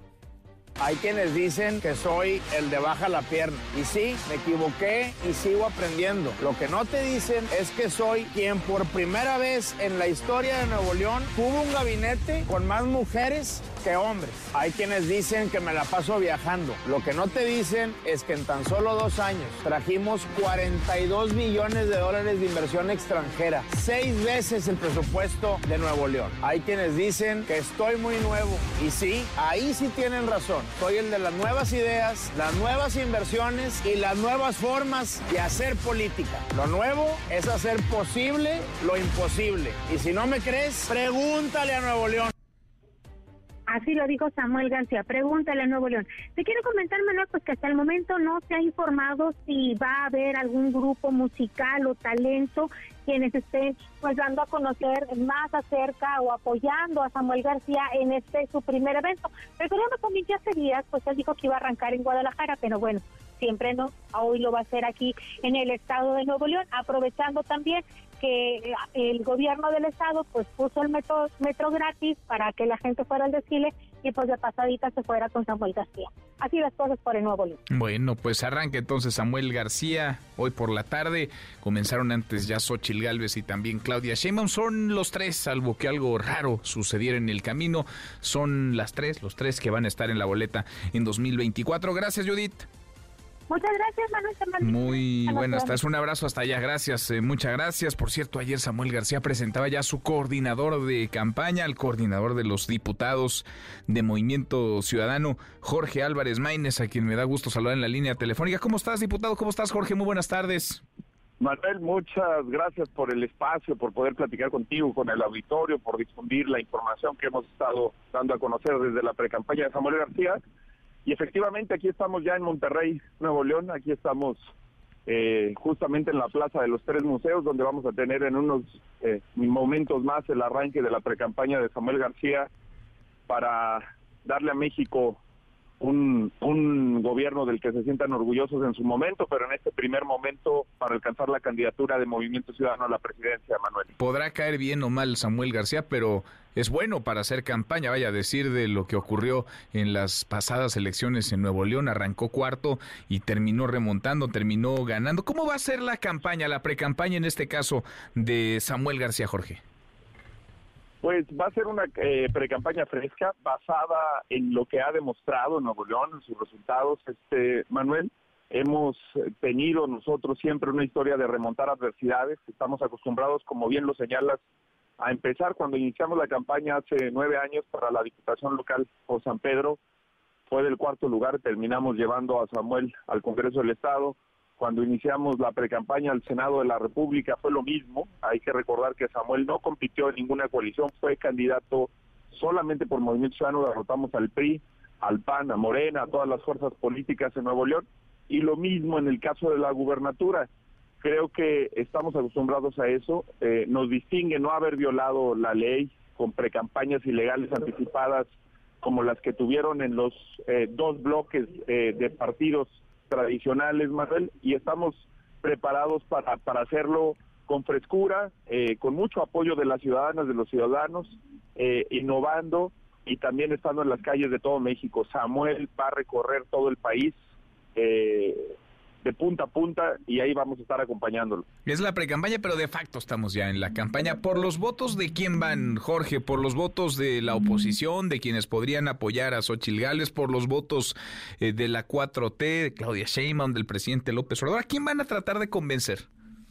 S7: Hay quienes dicen que soy el de baja la pierna. Y sí, me equivoqué y sigo aprendiendo. Lo que no te dicen es que soy quien por primera vez en la historia de Nuevo León tuvo un gabinete con más mujeres que hombres. Hay quienes dicen que me la paso viajando. Lo que no te dicen es que en tan solo dos años trajimos cuarenta y dos millones de dólares de inversión extranjera. Seis veces el presupuesto de Nuevo León. Hay quienes dicen que estoy muy nuevo. Y sí, ahí sí tienen razón. Soy el de las nuevas ideas, las nuevas inversiones y las nuevas formas de hacer política. Lo nuevo es hacer posible lo imposible. Y si no me crees, pregúntale a Nuevo León.
S11: Así lo dijo Samuel García, pregúntale a Nuevo León. Te quiero comentar, Manuel, pues que hasta el momento no se ha informado si va a haber algún grupo musical o talento quienes estén pues dando a conocer más acerca o apoyando a Samuel García en este su primer evento. Recordemos también que hace días pues él dijo que iba a arrancar en Guadalajara, pero bueno, siempre no, hoy lo va a hacer aquí en el estado de Nuevo León, aprovechando también que el gobierno del estado pues puso el metro, metro gratis para que la gente fuera al desfile y pues de pasadita se fuera con Samuel García. Así las cosas por el Nuevo León.
S2: Bueno, pues arranca entonces Samuel García hoy por la tarde. Comenzaron antes ya Xóchitl Gálvez y también Claudia Sheinbaum. Son los tres, salvo que algo raro sucediera en el camino. Son las tres, los tres que van a estar en la boleta en dos mil veinticuatro. Gracias, Judith.
S11: Muchas gracias, Manuel.
S2: Muy buenas tardes, un abrazo hasta allá, gracias, eh, muchas gracias. Por cierto, ayer Samuel García presentaba ya a su coordinador de campaña, al coordinador de los diputados de Movimiento Ciudadano, Jorge Álvarez Maínez, a quien me da gusto saludar en la línea telefónica. ¿Cómo estás, diputado? ¿Cómo estás, Jorge? Muy buenas tardes.
S8: Manuel, muchas gracias por el espacio, por poder platicar contigo, con el auditorio, por difundir la información que hemos estado dando a conocer desde la precampaña de Samuel García. Y efectivamente aquí estamos ya en Monterrey, Nuevo León, aquí estamos eh, justamente en la Plaza de los Tres Museos, donde vamos a tener en unos eh, momentos más el arranque de la precampaña de Samuel García para darle a México un, un gobierno del que se sientan orgullosos en su momento, pero en este primer momento para alcanzar la candidatura de Movimiento Ciudadano a la presidencia, Manuel.
S2: Podrá caer bien o mal Samuel García, pero es bueno para hacer campaña, vaya a decir de lo que ocurrió en las pasadas elecciones en Nuevo León, arrancó cuarto y terminó remontando, terminó ganando. ¿Cómo va a ser la campaña, la precampaña en este caso de Samuel García, Jorge?
S8: Pues va a ser una eh, precampaña fresca, basada en lo que ha demostrado en Nuevo León, en sus resultados, este Manuel. Hemos tenido nosotros siempre una historia de remontar adversidades, estamos acostumbrados, como bien lo señalas, a empezar cuando iniciamos la campaña hace nueve años para la Diputación Local por San Pedro, fue del cuarto lugar, terminamos llevando a Samuel al Congreso del Estado. Cuando iniciamos la precampaña al Senado de la República fue lo mismo. Hay que recordar que Samuel no compitió en ninguna coalición, fue candidato solamente por Movimiento Ciudadano, derrotamos al P R I, al P A N, a Morena, a todas las fuerzas políticas en Nuevo León, y lo mismo en el caso de la gubernatura. Creo que estamos acostumbrados a eso, eh, nos distingue no haber violado la ley con precampañas ilegales anticipadas como las que tuvieron en los eh, dos bloques eh, de partidos tradicionales, Manuel, y estamos preparados para, para hacerlo con frescura, eh, con mucho apoyo de las ciudadanas, de los ciudadanos, eh, innovando y también estando en las calles de todo México. Samuel va a recorrer todo el país eh, de punta a punta y ahí vamos a estar acompañándolo.
S2: Es la precampaña, pero de facto estamos ya en la campaña. ¿Por los votos de quién van, Jorge? ¿Por los votos de la oposición, de quienes podrían apoyar a Xóchitl Gálvez? ¿Por los votos eh, de la cuatro T, de Claudia Sheinbaum, del presidente López Obrador? ¿A quién van a tratar de convencer?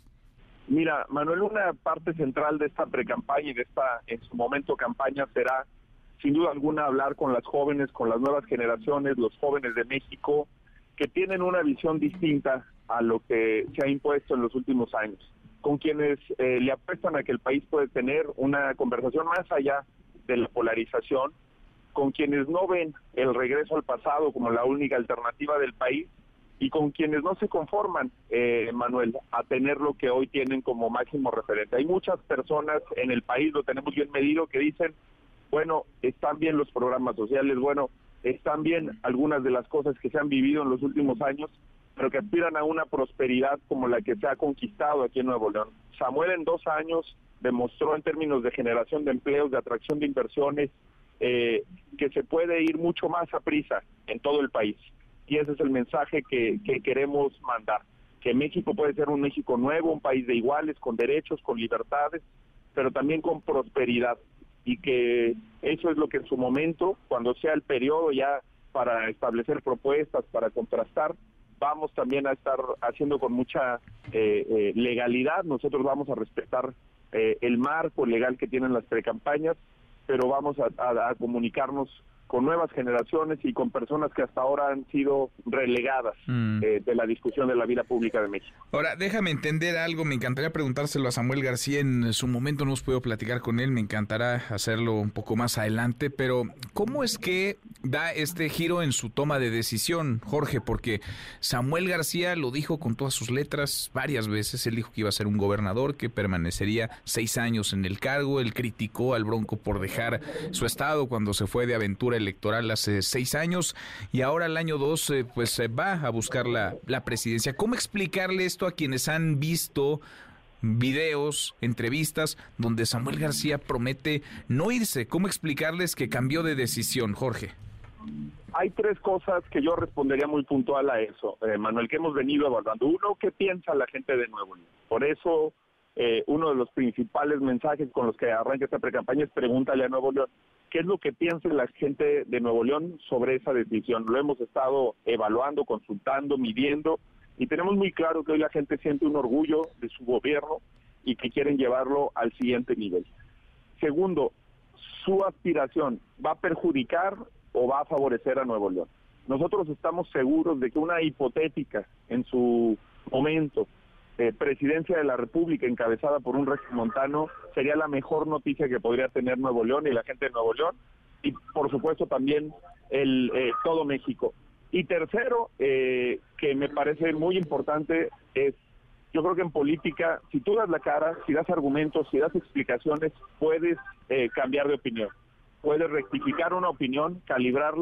S8: Mira, Manuel, una parte central de esta precampaña y de esta, en su momento, campaña será, sin duda alguna, hablar con las jóvenes, con las nuevas generaciones, los jóvenes de México, que tienen una visión distinta a lo que se ha impuesto en los últimos años, con quienes eh, le apuestan a que el país puede tener una conversación más allá de la polarización, con quienes no ven el regreso al pasado como la única alternativa del país y con quienes no se conforman, eh, Manuel, a tener lo que hoy tienen como máximo referente. Hay muchas personas en el país, lo tenemos bien medido, que dicen, bueno, están bien los programas sociales, bueno, están bien algunas de las cosas que se han vivido en los últimos años, pero que aspiran a una prosperidad como la que se ha conquistado aquí en Nuevo León. Samuel en dos años demostró en términos de generación de empleos, de atracción de inversiones, eh, que se puede ir mucho más a prisa en todo el país. Y ese es el mensaje que, que queremos mandar, que México puede ser un México nuevo, un país de iguales, con derechos, con libertades, pero también con prosperidad. Y que eso es lo que en su momento, cuando sea el periodo ya para establecer propuestas, para contrastar, vamos también a estar haciendo con mucha eh, eh, legalidad. Nosotros vamos a respetar eh, el marco legal que tienen las precampañas, pero vamos a, a, a comunicarnos con nuevas generaciones y con personas que hasta ahora han sido relegadas mm. eh, de la discusión de la vida pública de México.
S2: Ahora, déjame entender algo, me encantaría preguntárselo a Samuel García, en su momento no hemos podido platicar con él, me encantará hacerlo un poco más adelante, pero ¿cómo es que da este giro en su toma de decisión, Jorge? Porque Samuel García lo dijo con todas sus letras varias veces, él dijo que iba a ser un gobernador, que permanecería seis años en el cargo, él criticó al Bronco por dejar su estado cuando se fue de aventura electoral hace seis años y ahora el año dos eh, pues eh, va a buscar la, la presidencia. ¿Cómo explicarle esto a quienes han visto videos, entrevistas donde Samuel García promete no irse? ¿Cómo explicarles que cambió de decisión, Jorge?
S8: Hay tres cosas que yo respondería muy puntual a eso, eh, Manuel, que hemos venido evaluando. Uno, ¿qué piensa la gente de Nuevo León? Por eso eh, uno de los principales mensajes con los que arranca esta precampaña es pregúntale a Nuevo León. ¿Qué es lo que piensa la gente de Nuevo León sobre esa decisión? Lo hemos estado evaluando, consultando, midiendo, y tenemos muy claro que hoy la gente siente un orgullo de su gobierno y que quieren llevarlo al siguiente nivel. Segundo, su aspiración, ¿va a perjudicar o va a favorecer a Nuevo León? Nosotros estamos seguros de que una hipotética, en su momento, Eh, presidencia de la República encabezada por un regiomontano sería la mejor noticia que podría tener Nuevo León y la gente de Nuevo León, y por supuesto también el eh, todo México. Y tercero, eh, que me parece muy importante, es, yo creo que en política, si tú das la cara, si das argumentos, si das explicaciones, puedes eh, cambiar de opinión, puedes rectificar una opinión, calibrarla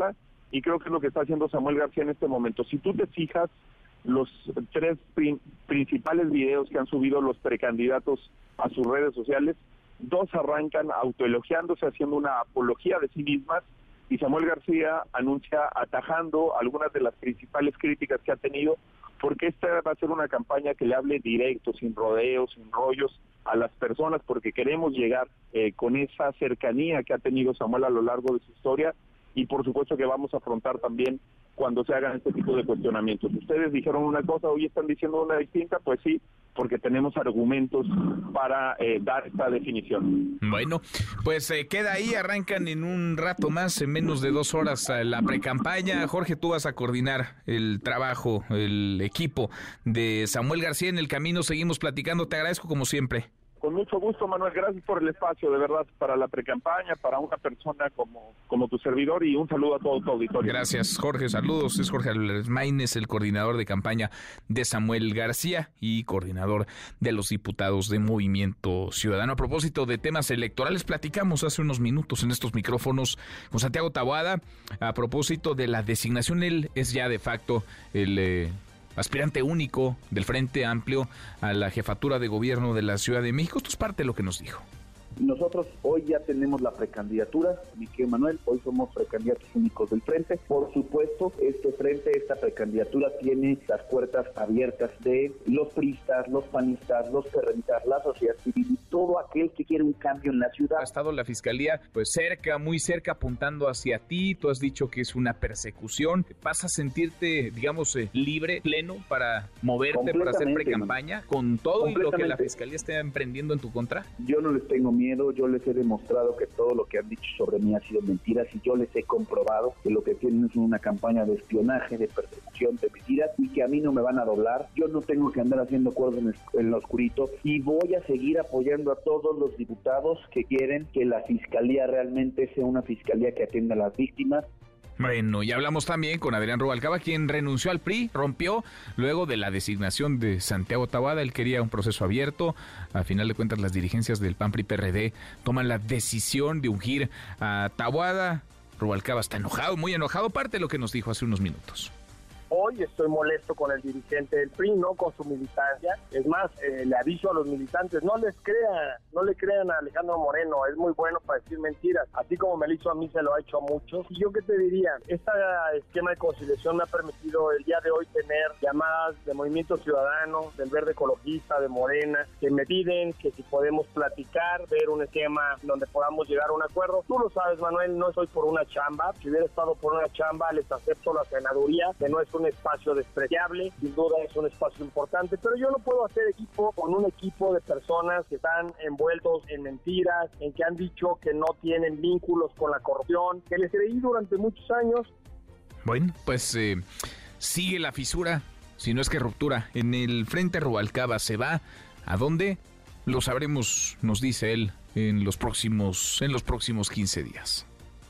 S8: y creo que es lo que está haciendo Samuel García en este momento. Si tú te fijas, los tres prin- principales videos que han subido los precandidatos a sus redes sociales, dos arrancan autoelogiándose, haciendo una apología de sí mismas, y Samuel García anuncia atajando algunas de las principales críticas que ha tenido, porque esta va a ser una campaña que le hable directo, sin rodeos, sin rollos a las personas, porque queremos llegar eh, con esa cercanía que ha tenido Samuel a lo largo de su historia, y por supuesto que vamos a afrontar también cuando se hagan este tipo de cuestionamientos. Ustedes dijeron una cosa, hoy están diciendo una distinta, pues sí, porque tenemos argumentos para eh, dar esta definición.
S2: Bueno, pues eh, queda ahí, arrancan en un rato más, en menos de dos horas, eh, la precampaña. Jorge, tú vas a coordinar el trabajo, el equipo de Samuel García. En el camino seguimos platicando, te agradezco como siempre.
S8: Con mucho gusto, Manuel, gracias por el espacio, de verdad, para la precampaña, para una persona como, como tu servidor, y un saludo a todo tu auditorio.
S2: Gracias, Jorge, saludos. Es Jorge Álvarez Maínez, el coordinador de campaña de Samuel García y coordinador de los diputados de Movimiento Ciudadano. A propósito de temas electorales, platicamos hace unos minutos en estos micrófonos con Santiago Taboada, a propósito de la designación. Él es ya de facto el Eh, aspirante único del Frente Amplio a la jefatura de gobierno de la Ciudad de México. Esto es parte de lo que nos dijo.
S9: Nosotros hoy ya tenemos la precandidatura, mi querido Manuel, hoy somos precandidatos únicos del Frente. Por supuesto, este Frente, esta precandidatura tiene las puertas abiertas de los priistas, los panistas, los perrenistas, la sociedad civil y todo aquel que quiere un cambio en la ciudad.
S2: Ha estado la Fiscalía pues cerca, muy cerca, apuntando hacia ti. Tú has dicho que es una persecución. ¿Vas a sentirte, digamos, eh, libre, pleno para moverte, para hacer precampaña con todo y lo que la Fiscalía está emprendiendo en tu contra?
S9: Yo no les tengo miedo. Yo les he demostrado que todo lo que han dicho sobre mí ha sido mentiras, y yo les he comprobado que lo que tienen es una campaña de espionaje, de persecución, de mentiras, y que a mí no me van a doblar. Yo no tengo que andar haciendo acuerdos en, en lo oscurito, y voy a seguir apoyando a todos los diputados que quieren que la Fiscalía realmente sea una Fiscalía que atienda a las víctimas.
S2: Bueno, y hablamos también con Adrián Rubalcaba, quien renunció al P R I, rompió luego de la designación de Santiago Taboada. Él quería un proceso abierto. A final de cuentas, las dirigencias del P A N P R I P R D toman la decisión de ungir a Taboada. Rubalcaba está enojado, muy enojado, parte de lo que nos dijo hace unos minutos.
S16: Hoy estoy molesto con el dirigente del P R I, no con su militancia. Es más, eh, le aviso a los militantes, no les crean, no le crean a Alejandro Moreno, es muy bueno para decir mentiras, así como me lo hizo a mí, se lo ha hecho a muchos. Y yo qué te diría, este esquema de conciliación me ha permitido el día de hoy tener llamadas de Movimiento Ciudadano, del Verde Ecologista, de Morena, que me piden que si podemos platicar, ver un esquema donde podamos llegar a un acuerdo. Tú lo sabes, Manuel, no estoy por una chamba. Si hubiera estado por una chamba, les acepto la senaduría, que no es un espacio despreciable, sin duda es un espacio importante, pero yo no puedo hacer equipo con un equipo de personas que están envueltos en mentiras, en que han dicho que no tienen vínculos con la corrupción, que les creí durante muchos años.
S2: Bueno, pues eh, sigue la fisura, si no es que ruptura, en el Frente. Rubalcaba se va. ¿A dónde? Lo sabremos, nos dice él, en los próximos, en los próximos quince días.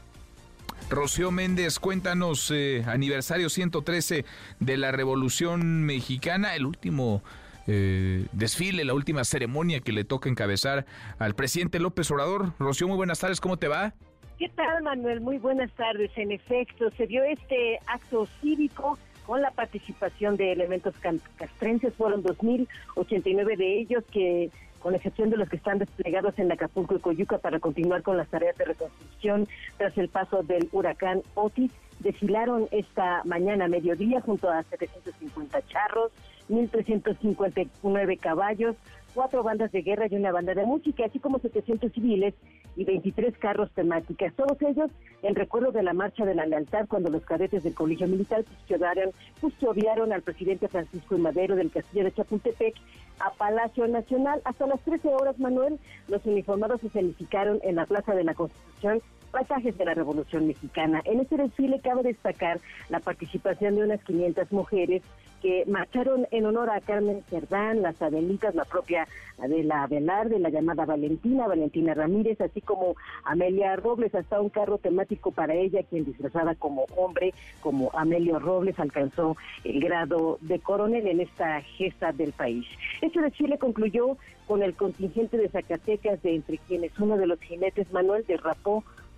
S2: Rocío Méndez, cuéntanos, eh, aniversario ciento trece de la Revolución Mexicana, el último eh, desfile, la última ceremonia que le toca encabezar al presidente López Obrador. Rocío, muy buenas tardes, ¿cómo te va?
S10: ¿Qué tal, Manuel? Muy buenas tardes. En efecto, se dio este acto cívico con la participación de elementos castrenses. Fueron dos mil ochenta y nueve de ellos que, con excepción de los que están desplegados en Acapulco y Coyuca para continuar con las tareas de reconstrucción tras el paso del huracán Otis, desfilaron esta mañana a mediodía junto a setecientos cincuenta charros, mil trescientos cincuenta y nueve caballos, cuatro bandas de guerra y una banda de música, así como setecientos civiles y veintitrés carros temáticas, todos ellos en recuerdo de la Marcha de la Lealtad, cuando los cadetes del Colegio Militar custodiaron, custodiaron al presidente Francisco I. Madero del Castillo de Chapultepec a Palacio Nacional. Hasta las trece horas, Manuel, los uniformados se escenificaron en la Plaza de la Constitución paisajes de la Revolución Mexicana. En este desfile cabe destacar la participación de unas quinientas mujeres que marcharon en honor a Carmen Cerdán, las Adelitas, la propia Adela Velarde, la llamada Valentina, Valentina Ramírez, así como Amelia Robles, hasta un carro temático para ella, quien disfrazada como hombre, como Amelio Robles, alcanzó el grado de coronel en esta gesta del país. Este desfile concluyó con el contingente de Zacatecas, de entre quienes uno de los jinetes, Manuel, derrapó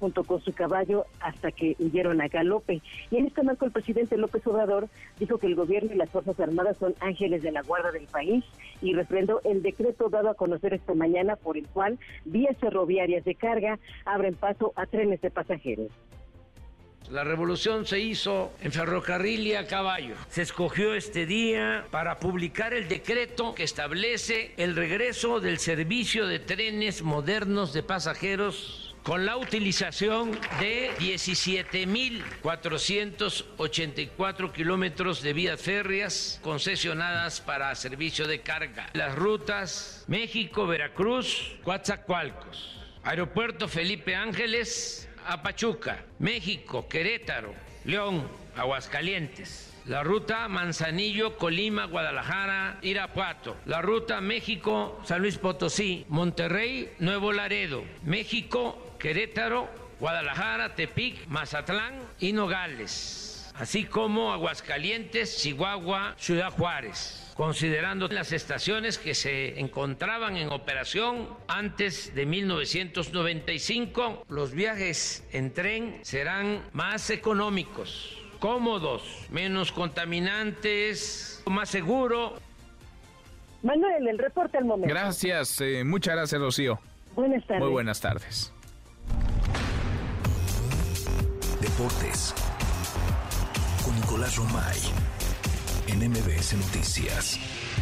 S10: junto con su caballo hasta que huyeron a galope. Y en este marco el presidente López Obrador dijo que el gobierno y las Fuerzas Armadas son ángeles de la guarda del país y refrendó el decreto dado a conocer esta mañana por el cual vías ferroviarias de carga abren paso a trenes de pasajeros.
S5: La revolución se hizo en ferrocarril y a caballo. Se escogió este día para publicar el decreto que establece el regreso del servicio de trenes modernos de pasajeros con la utilización de diecisiete mil cuatrocientos ochenta y cuatro kilómetros de vías férreas concesionadas para servicio de carga. Las rutas México, Veracruz, Coatzacoalcos, Aeropuerto Felipe Ángeles, a Pachuca, México, Querétaro, León, Aguascalientes. La ruta Manzanillo, Colima, Guadalajara, Irapuato. La ruta México, San Luis Potosí, Monterrey, Nuevo Laredo. México, Querétaro, Guadalajara, Tepic, Mazatlán y Nogales. Así como Aguascalientes, Chihuahua, Ciudad Juárez. Considerando las estaciones que se encontraban en operación antes de mil novecientos noventa y cinco, los viajes en tren serán más económicos, cómodos, menos contaminantes, más seguro.
S10: Manuel, el reporte al momento.
S2: Gracias, eh, muchas gracias, Rocío.
S10: Buenas tardes.
S2: Muy buenas tardes.
S1: Deportes con Nicolás Romay en M B S Noticias.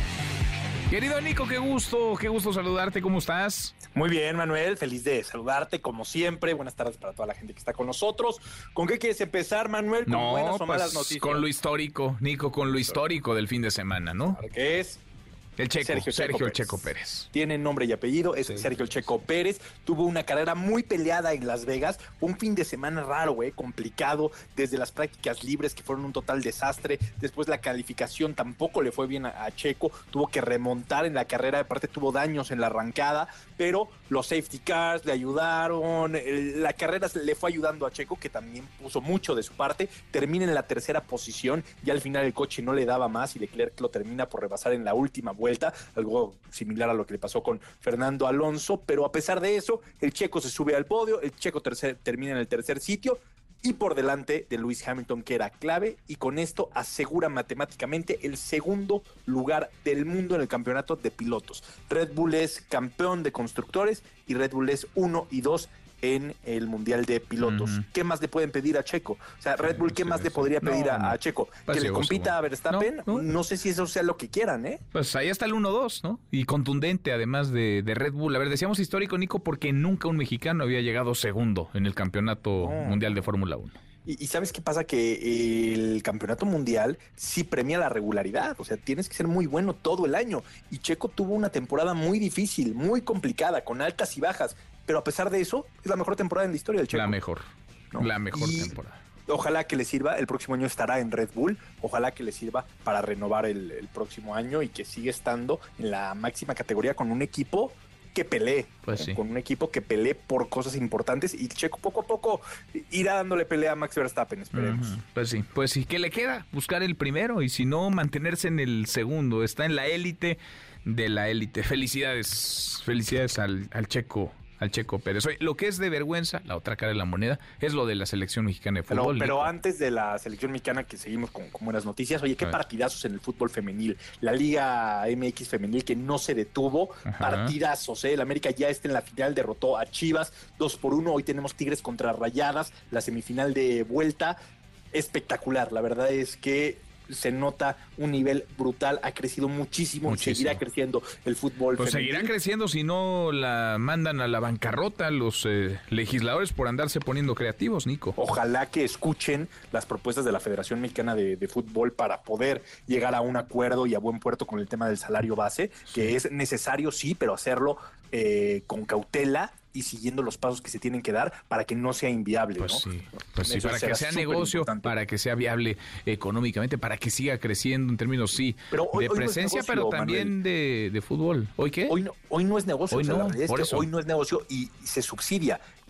S2: Querido Nico, qué gusto, qué gusto saludarte, ¿cómo estás?
S12: Muy bien, Manuel, feliz de saludarte como siempre. Buenas tardes para toda la gente que está con nosotros. ¿Con qué quieres empezar, Manuel? ¿Con
S2: no,
S12: buenas o
S2: pues,
S12: malas noticias?
S2: Con lo histórico, Nico, con lo histórico del fin de semana, ¿no?
S12: ¿Qué es?
S2: El Checo,
S12: Sergio,
S2: Sergio
S12: Checo
S2: el Checo Pérez.
S12: Tiene nombre y apellido, es sí. Sergio el Checo Pérez. Tuvo una carrera muy peleada en Las Vegas. Un fin de semana raro, güey, complicado. Desde las prácticas libres, que fueron un total desastre. Después la calificación tampoco le fue bien a, a Checo. Tuvo que remontar en la carrera. Aparte tuvo daños en la arrancada. Pero los safety cars le ayudaron. El, la carrera le fue ayudando a Checo, que también puso mucho de su parte. Termina en la tercera posición. Ya al final el coche no le daba más y Leclerc lo termina por rebasar en la última vuelta. Algo similar a lo que le pasó con Fernando Alonso, pero a pesar de eso, el Checo se sube al podio, el Checo tercer, termina en el tercer sitio y por delante de Lewis Hamilton, que era clave, y con esto asegura matemáticamente el segundo lugar del mundo en el campeonato de pilotos. Red Bull es campeón de constructores y Red Bull es uno y dos en el Mundial de Pilotos. Uh-huh. ¿Qué más le pueden pedir a Checo? O sea, Red Bull, ¿qué sí, más sí. le podría pedir no, a, a Checo? ¿Que le compita seguro. a Verstappen? No, no. no sé si eso sea lo que quieran, ¿eh?
S2: Pues ahí está el uno dos, ¿no? Y contundente, además de, de Red Bull. A ver, decíamos histórico, Nico, porque nunca un mexicano había llegado segundo en el Campeonato no. Mundial de Fórmula uno.
S12: Y, y ¿sabes qué pasa? Que el campeonato mundial sí premia la regularidad, o sea, tienes que ser muy bueno todo el año. Y Checo tuvo una temporada muy difícil, muy complicada, con altas y bajas, pero a pesar de eso, es la mejor temporada en la historia del Checo.
S2: La mejor, ¿no? La mejor y temporada.
S12: Ojalá que le sirva, el próximo año estará en Red Bull, ojalá que le sirva para renovar el, el próximo año y que siga estando en la máxima categoría con un equipo que pelee,
S2: pues sí.
S12: con un equipo que pelee por cosas importantes y Checo poco a poco irá dándole pelea a Max Verstappen, esperemos. Uh-huh.
S2: Pues sí, pues sí, ¿qué le queda? Buscar el primero y si no, mantenerse en el segundo, está en la élite de la élite. Felicidades, felicidades al, al Checo. al Checo Pérez. Oye, lo que es de vergüenza, la otra cara de la moneda, es lo de la selección mexicana de fútbol.
S12: Pero, pero antes de la selección mexicana, que seguimos con, con buenas noticias, oye, qué partidazos en el fútbol femenil. La Liga M X femenil que no se detuvo, Ajá. partidazos, ¿eh? El América ya está en la final, derrotó a Chivas dos por uno. Hoy tenemos Tigres contra Rayadas, la semifinal de vuelta. Espectacular, la verdad es que se nota un nivel brutal, ha crecido muchísimo, muchísimo. Y seguirá creciendo el fútbol
S2: pues
S12: femenil.
S2: Seguirá creciendo si no la mandan a la bancarrota los eh, legisladores por andarse poniendo creativos, Nico.
S12: Ojalá que escuchen las propuestas de la Federación Mexicana de, de Fútbol para poder llegar a un acuerdo y a buen puerto con el tema del salario base, sí. que es necesario, sí, pero hacerlo eh, con cautela y siguiendo los pasos que se tienen que dar para que no sea inviable,
S2: pues
S12: ¿no?
S2: Sí, pues sí, para que sea negocio, importante. Para que sea viable económicamente, para que siga creciendo en términos, sí, pero hoy, de hoy presencia, no es negocio, pero también de, de fútbol. ¿Hoy qué?
S12: Hoy no, hoy no es negocio,
S2: hoy,
S12: o sea,
S2: no,
S12: la realidad
S2: por
S12: es que
S2: eso.
S12: hoy no es negocio y se subsidia.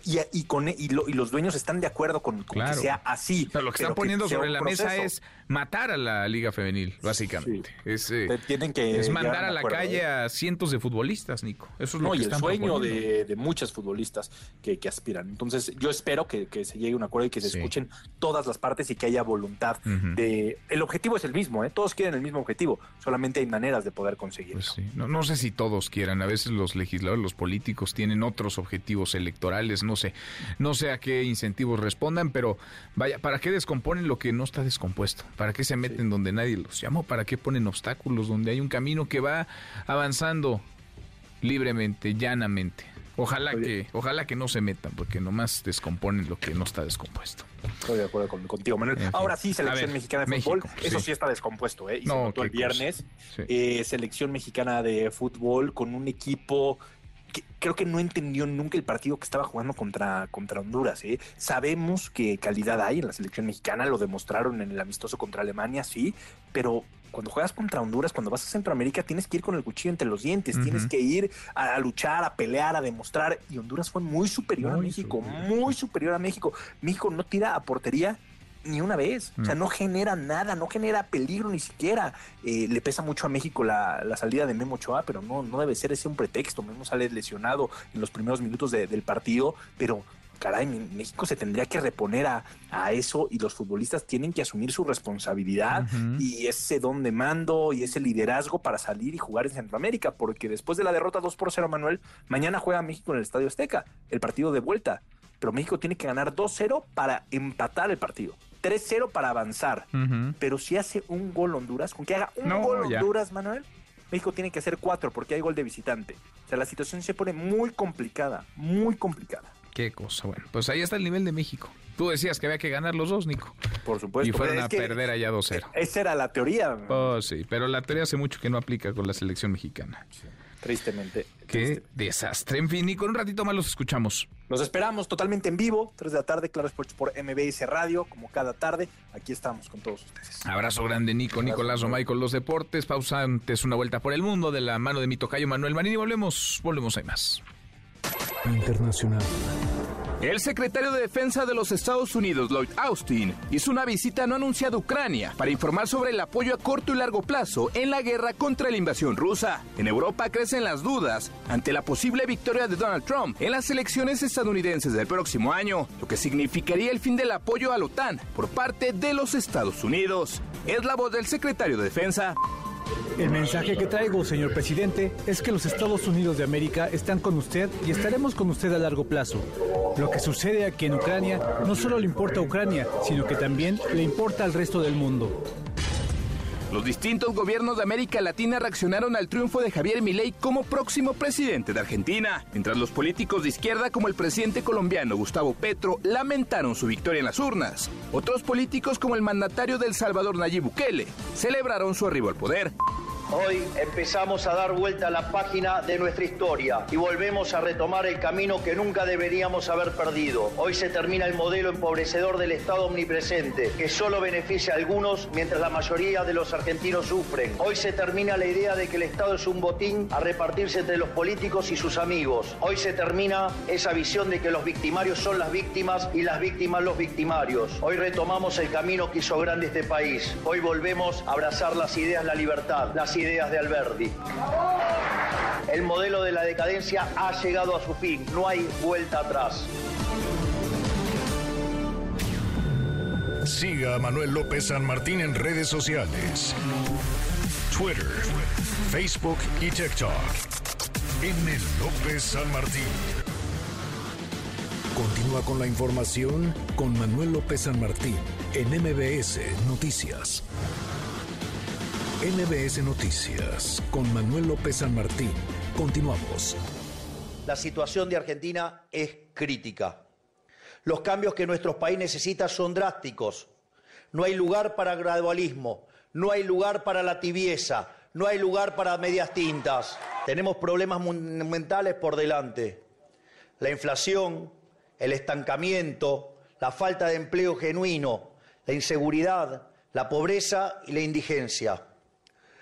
S12: y, y, con, y, lo, y los dueños están de acuerdo con, con
S2: claro.
S12: que sea así.
S2: Pero lo que
S12: pero
S2: están poniendo
S12: que
S2: sobre la
S12: proceso.
S2: mesa es matar a la Liga Femenil, básicamente. Sí. Es, eh,
S12: Tienen que
S2: es mandar a la
S12: acuerdo,
S2: calle
S12: ¿eh?
S2: a cientos de futbolistas, Nico. Eso es lo
S12: no,
S2: que
S12: y
S2: están
S12: el sueño
S2: proponiendo.
S12: de, de muchas futbolistas que, que aspiran. Entonces, yo espero que, que se llegue a un acuerdo y que se sí. escuchen todas las partes y que haya voluntad. Uh-huh. de El objetivo es el mismo, ¿eh? Todos quieren el mismo objetivo, solamente hay maneras de poder conseguirlo.
S2: Pues sí. no, no sé si todos quieran, a veces los legisladores, los políticos tienen otros objetivos electorales, no sé, no sé a qué incentivos respondan, pero vaya, ¿para qué descomponen lo que no está descompuesto? ¿Para qué se meten sí. donde nadie los llamó? ¿Para qué ponen obstáculos donde hay un camino que va avanzando libremente, llanamente? Ojalá que, ojalá que no se metan, porque nomás descomponen lo que no está descompuesto.
S12: Estoy de acuerdo con, contigo, Manuel. En fin. Ahora sí, selección ver, mexicana de México, fútbol, eso sí. sí está descompuesto, ¿eh? Y no, se notó el viernes. Sí. Eh, selección mexicana de fútbol con un equipo que creo que no entendió nunca el partido que estaba jugando contra, contra Honduras, ¿eh? Sabemos que calidad hay en la selección mexicana, lo demostraron en el amistoso contra Alemania, sí, pero cuando juegas contra Honduras, cuando vas a Centroamérica, tienes que ir con el cuchillo entre los dientes, uh-huh. tienes que ir a, a luchar, a pelear, a demostrar, y Honduras fue muy superior muy a México, superior. muy superior a México. México no tira a portería ni una vez, uh-huh. o sea, no genera nada, no genera peligro ni siquiera. Eh, le pesa mucho a México la, la salida de Memo Ochoa, pero no, no debe ser ese un pretexto. Memo sale lesionado en los primeros minutos de, del partido, pero caray, México se tendría que reponer a, a eso y los futbolistas tienen que asumir su responsabilidad uh-huh. y ese don de mando y ese liderazgo para salir y jugar en Centroamérica, porque después de la derrota dos por cero, Manuel, mañana juega México en el Estadio Azteca, el partido de vuelta, pero México tiene que ganar dos cero para empatar el partido, tres cero para avanzar, uh-huh. pero si hace un gol Honduras, con que haga un no, gol ya. Honduras, Manuel, México tiene que hacer cuatro porque hay gol de visitante, o sea, la situación se pone muy complicada, muy complicada.
S2: Qué cosa, bueno, pues ahí está el nivel de México. Tú decías que había que ganar los dos, Nico.
S12: Por supuesto.
S2: Y fueron a perder allá dos cero.
S12: Esa era la teoría.
S2: Oh, sí, pero la teoría hace mucho que no aplica con la selección mexicana.
S12: Sí, tristemente.
S2: Qué
S12: triste.
S2: desastre. En fin, Nico, en un ratito más los escuchamos.
S12: Los esperamos totalmente en vivo, tres de la tarde, Claro Sports por M B S Radio, como cada tarde. Aquí estamos con todos ustedes.
S2: Abrazo grande, Nico, Abrazo, Nicolás Romay con los deportes. Pausa antes, una vuelta por el mundo de la mano de mi tocayo Manuel Marín y volvemos, volvemos, hay más.
S1: Internacional.
S13: El secretario de Defensa de los Estados Unidos, Lloyd Austin, hizo una visita no anunciada a Ucrania para informar sobre el apoyo a corto y largo plazo en la guerra contra la invasión rusa. En Europa crecen las dudas ante la posible victoria de Donald Trump en las elecciones estadounidenses del próximo año, lo que significaría el fin del apoyo a la OTAN por parte de los Estados Unidos. Es la voz del secretario de Defensa.
S15: El mensaje que traigo, señor presidente, es que los Estados Unidos de América están con usted y estaremos con usted a largo plazo. Lo que sucede aquí en Ucrania no solo le importa a Ucrania, sino que también le importa al resto del mundo.
S13: Los distintos gobiernos de América Latina reaccionaron al triunfo de Javier Milei como próximo presidente de Argentina, mientras los políticos de izquierda como el presidente colombiano Gustavo Petro lamentaron su victoria en las urnas. Otros políticos como el mandatario de El Salvador Nayib Bukele celebraron su arribo al poder.
S17: Hoy empezamos a dar vuelta a la página de nuestra historia y volvemos a retomar el camino que nunca deberíamos haber perdido. Hoy se termina el modelo empobrecedor del Estado omnipresente, que solo beneficia a algunos mientras la mayoría de los argentinos sufren. Hoy se termina la idea de que el Estado es un botín a repartirse entre los políticos y sus amigos. Hoy se termina esa visión de que los victimarios son las víctimas y las víctimas los victimarios. Hoy retomamos el camino que hizo grande este país. Hoy volvemos a abrazar las ideas de la libertad, las ideas de Alberdi. El modelo de la decadencia ha llegado a su fin, no hay vuelta atrás.
S18: Siga a Manuel López San Martín en redes sociales. Twitter, Facebook y TikTok. M. López San Martín. Continúa con la información con Manuel López San Martín en M B S Noticias. M B S Noticias con Manuel López San Martín. Continuamos.
S17: La situación de Argentina es crítica. Los cambios que nuestro país necesita son drásticos. No hay lugar para gradualismo, no hay lugar para la tibieza, no hay lugar para medias tintas. Tenemos problemas monumentales por delante. La inflación, el estancamiento, la falta de empleo genuino, la inseguridad, la pobreza y la indigencia.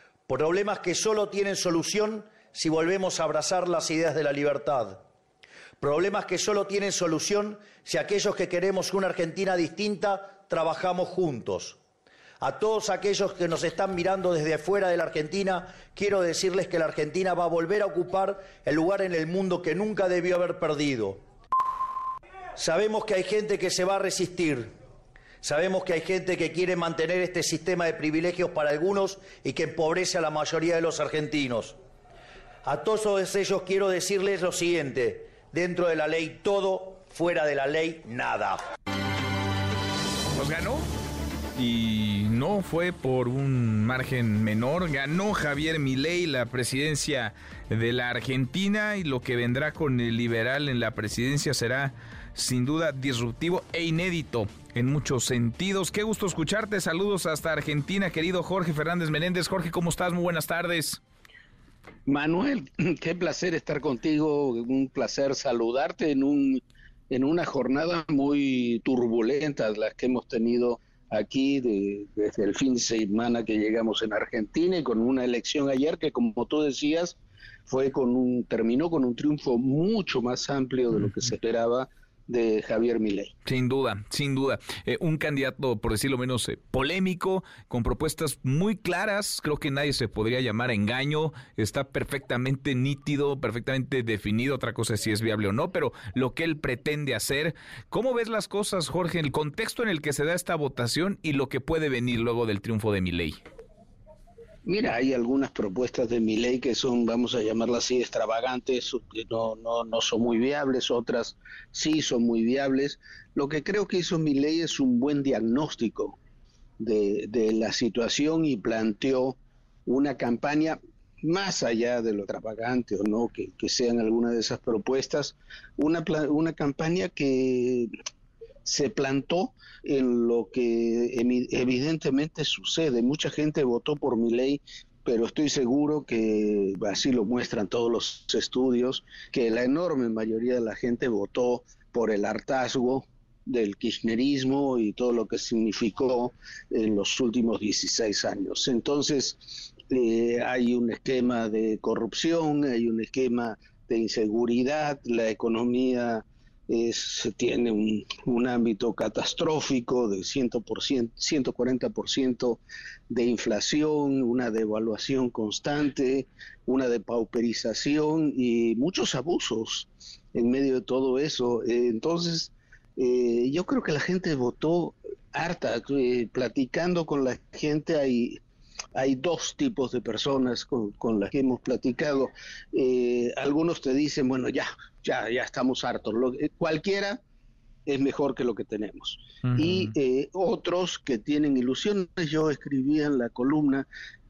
S17: Problemas que solo tienen solución si volvemos a abrazar las ideas de la libertad. Problemas que solo tienen solución si aquellos que queremos una Argentina distinta trabajamos juntos. A todos aquellos que nos están mirando desde afuera de la Argentina, quiero decirles que la Argentina va a volver a ocupar el lugar en el mundo que nunca debió haber perdido. Sabemos que hay gente que se va a resistir. Sabemos que hay gente que quiere mantener este sistema de privilegios para algunos y que empobrece a la mayoría de los argentinos. A todos ellos quiero decirles lo siguiente: dentro de la ley todo, fuera de la ley nada.
S2: Pues ganó, y no fue por un margen menor. Ganó Javier Milei la presidencia de la Argentina, y lo que vendrá con el liberal en la presidencia será sin duda disruptivo e inédito en muchos sentidos. Qué gusto escucharte. Saludos hasta Argentina, querido Jorge Fernández Menéndez. Jorge, ¿cómo estás? Muy buenas tardes.
S14: Manuel, qué placer estar contigo, un placer saludarte en un en una jornada muy turbulenta, las que hemos tenido aquí de, desde el fin de semana que llegamos en Argentina, y con una elección ayer que, como tú decías, fue con un terminó con un triunfo mucho más amplio de lo que se esperaba de Javier Milei.
S2: Sin duda, sin duda. Eh, un candidato, por decirlo menos, eh, polémico, con propuestas muy claras. Creo que nadie se podría llamar a engaño. Está perfectamente nítido, perfectamente definido. Otra cosa es si es viable o no, pero lo que él pretende hacer. ¿Cómo ves las cosas, Jorge, en el contexto en el que se da esta votación y lo que puede venir luego del triunfo de Milei?
S14: Mira, hay algunas propuestas de Milei que son, vamos a llamarlas así, extravagantes, no, no, no son muy viables, otras sí son muy viables. Lo que creo que hizo Milei es un buen diagnóstico de, de la situación, y planteó una campaña más allá de lo extravagante o no, que, que sean algunas de esas propuestas, una, una campaña que se plantó en lo que evidentemente sucede. Mucha gente votó por Milei, pero estoy seguro que, así lo muestran todos los estudios, que la enorme mayoría de la gente votó por el hartazgo del kirchnerismo y todo lo que significó en los últimos dieciséis años. Entonces, eh, hay un esquema de corrupción, hay un esquema de inseguridad, la economía Es, tiene un, un ámbito catastrófico de cien por ciento, ciento cuarenta por ciento de inflación, una devaluación constante, una depauperización y muchos abusos en medio de todo eso. Eh, entonces, eh, yo creo que la gente votó harta. Eh, platicando con la gente, hay... Hay dos tipos de personas con, con las que hemos platicado. Eh, algunos te dicen, bueno, ya, ya, ya estamos hartos. Lo, eh, cualquiera es mejor que lo que tenemos. Uh-huh. Y eh, otros que tienen ilusiones. Yo escribía en la columna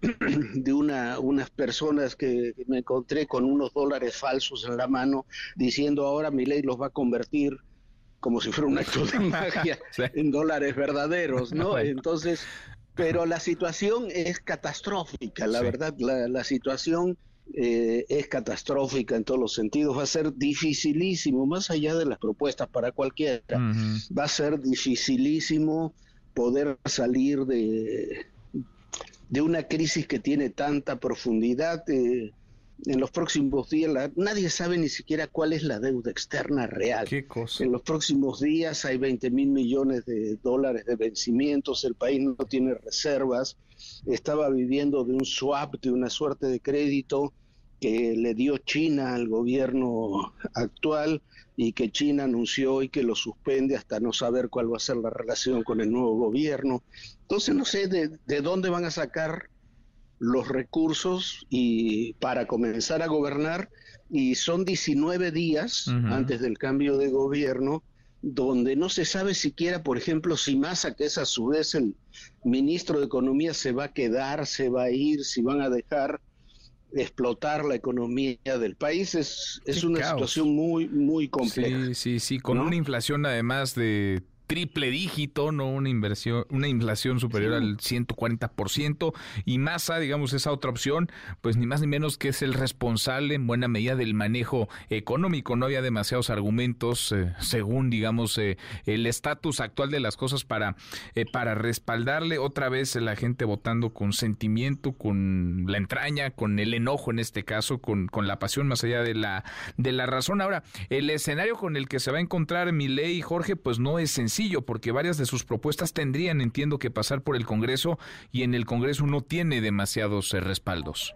S14: de una unas personas que me encontré con unos dólares falsos en la mano, diciendo ahora Milei los va a convertir, como si fuera un acto de magia, sí, en dólares verdaderos, ¿no? Entonces... Pero la situación es catastrófica, la sí. verdad, la, la situación eh, es catastrófica en todos los sentidos. Va a ser dificilísimo, más allá de las propuestas para cualquiera, uh-huh. va a ser dificilísimo poder salir de, de una crisis que tiene tanta profundidad. Eh, en los próximos días, la, nadie sabe ni siquiera cuál es la deuda externa real.
S2: ¿Qué cosa?
S14: En los próximos días hay veinte mil millones de dólares de vencimientos, el país no tiene reservas, estaba viviendo de un swap, de una suerte de crédito que le dio China al gobierno actual, y que China anunció y que lo suspende hasta no saber cuál va a ser la relación con el nuevo gobierno. Entonces no sé de, de dónde van a sacar los recursos y para comenzar a gobernar, y son diecinueve días uh-huh. antes del cambio de gobierno, donde no se sabe siquiera, por ejemplo, si Massa, que es a su vez el ministro de Economía, se va a quedar, se va a ir, si van a dejar explotar la economía del país. Es, es una caos. situación muy, muy compleja.
S2: Sí, sí, sí, con
S14: ¿no?
S2: una inflación además de triple dígito, no una inversión, una inflación superior sí. al ciento cuarenta por ciento, y Massa, digamos, esa otra opción, pues ni más ni menos que es el responsable en buena medida del manejo económico. No había demasiados argumentos, eh, según, digamos, eh, el estatus actual de las cosas para, eh, para respaldarle. Otra vez la gente votando con sentimiento, con la entraña, con el enojo en este caso, con, con la pasión más allá de la, de la razón. Ahora, el escenario con el que se va a encontrar Milei, Jorge, pues no es sencillo, porque varias de sus propuestas tendrían, entiendo, que pasar por el Congreso, y en el Congreso no tiene demasiados eh, respaldos.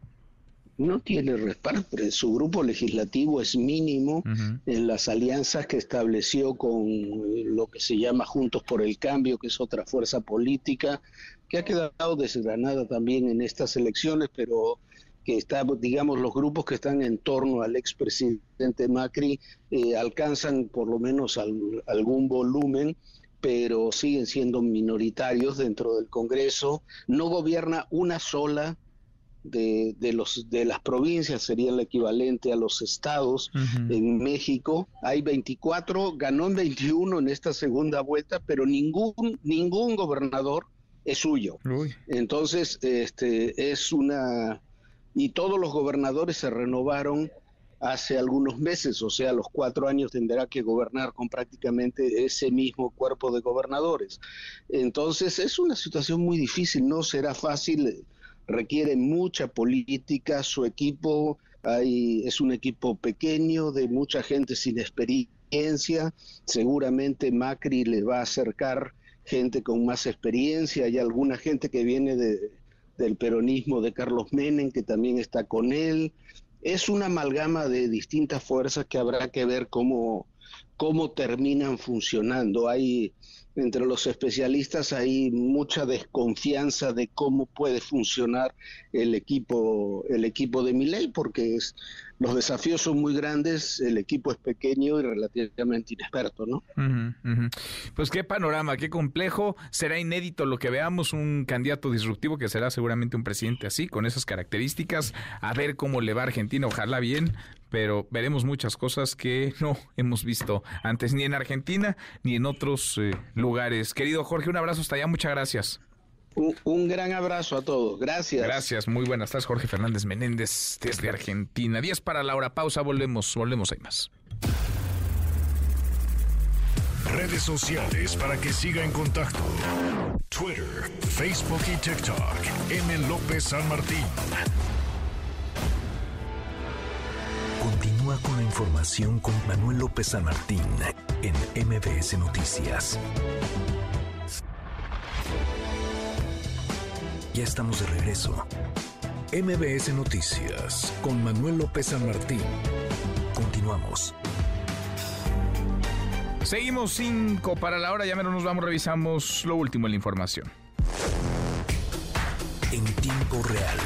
S14: No tiene respaldo, pero su grupo legislativo es mínimo. Uh-huh. En las alianzas que estableció con lo que se llama Juntos por el Cambio, que es otra fuerza política, que ha quedado desgranada también en estas elecciones, pero que está, digamos, los grupos que están en torno al expresidente Macri eh, alcanzan por lo menos al, algún volumen, pero siguen siendo minoritarios dentro del Congreso. No gobierna una sola de, de, los, de las provincias, sería el equivalente a los estados. Uh-huh. En México hay veinticuatro, ganó en veintiuno en esta segunda vuelta, pero ningún, ningún gobernador es suyo. Uy. Entonces, este, es una... Y todos los gobernadores se renovaron hace algunos meses, o sea, los cuatro años tendrá que gobernar con prácticamente ese mismo cuerpo de gobernadores. Entonces es una situación muy difícil, no será fácil, requiere mucha política, su equipo hay, es un equipo pequeño de mucha gente sin experiencia, seguramente Macri le va a acercar gente con más experiencia, hay alguna gente que viene de... del peronismo de Carlos Menem, que también está con él. Es una amalgama de distintas fuerzas que habrá que ver cómo, cómo terminan funcionando. Hay, entre los especialistas, hay mucha desconfianza de cómo puede funcionar el equipo, el equipo de Milei, porque es, los desafíos son muy grandes, el equipo es pequeño y relativamente inexperto, ¿no?
S2: Uh-huh, uh-huh. Pues qué panorama, qué complejo. Será inédito lo que veamos, un candidato disruptivo que será seguramente un presidente así, con esas características. A ver cómo le va a Argentina, ojalá bien, pero veremos muchas cosas que no hemos visto antes, ni en Argentina, ni en otros eh, lugares. Querido Jorge, un abrazo hasta allá, muchas gracias.
S14: Un, un gran abrazo a todos. Gracias.
S2: Gracias, muy buenas tardes. Jorge Fernández Menéndez desde Argentina. diez para la hora, pausa, volvemos, volvemos, hay más.
S18: Redes sociales para que siga en contacto: Twitter, Facebook y TikTok. M. López San Martín.
S1: Continúa con la información con Manuel López San Martín en M B S Noticias. Ya estamos de regreso.
S18: M B S Noticias con Manuel López San Martín.
S1: Continuamos.
S2: Seguimos cinco para la hora, ya menos nos vamos, revisamos lo último en la información.
S1: En tiempo real.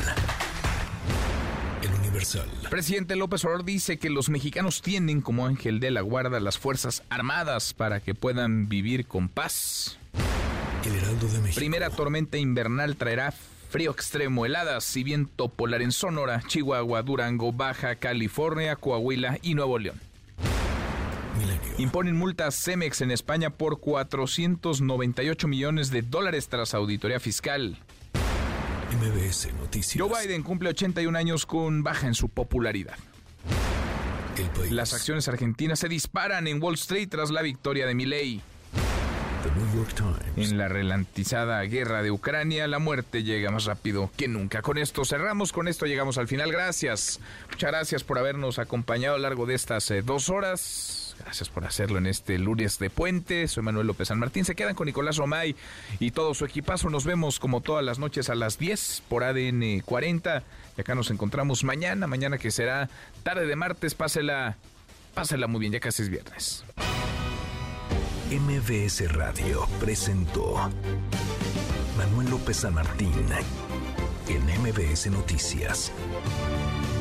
S1: El Universal.
S2: Presidente López Obrador dice que los mexicanos tienen como ángel de la guarda las Fuerzas Armadas para que puedan vivir con paz.
S1: El Heraldo de México.
S2: Primera tormenta invernal traerá frío extremo, heladas y viento polar en Sonora, Chihuahua, Durango, Baja California, Coahuila y Nuevo León.
S1: Milenio.
S2: Imponen multas Cemex en España por cuatrocientos noventa y ocho millones de dólares tras auditoría fiscal.
S1: M B S Noticias.
S2: Joe Biden cumple ochenta y un años con baja en su popularidad.
S1: El país.
S2: Las acciones argentinas se disparan en Wall Street tras la victoria de Milei.
S1: The New York Times.
S2: En la ralentizada guerra de Ucrania, la muerte llega más rápido que nunca. Con esto cerramos, con esto llegamos al final. Gracias, muchas gracias por habernos acompañado a lo largo de estas eh, dos horas. Gracias por hacerlo en este lunes de puente. Soy Manuel López San Martín. Se quedan con Nicolás Romay y todo su equipazo. Nos vemos como todas las noches a las diez por A D N cuarenta. Y acá nos encontramos mañana, mañana que será tarde de martes. Pásela, pásela muy bien, ya casi es viernes.
S1: M B S Radio presentó Manuel López San Martín en M B S Noticias.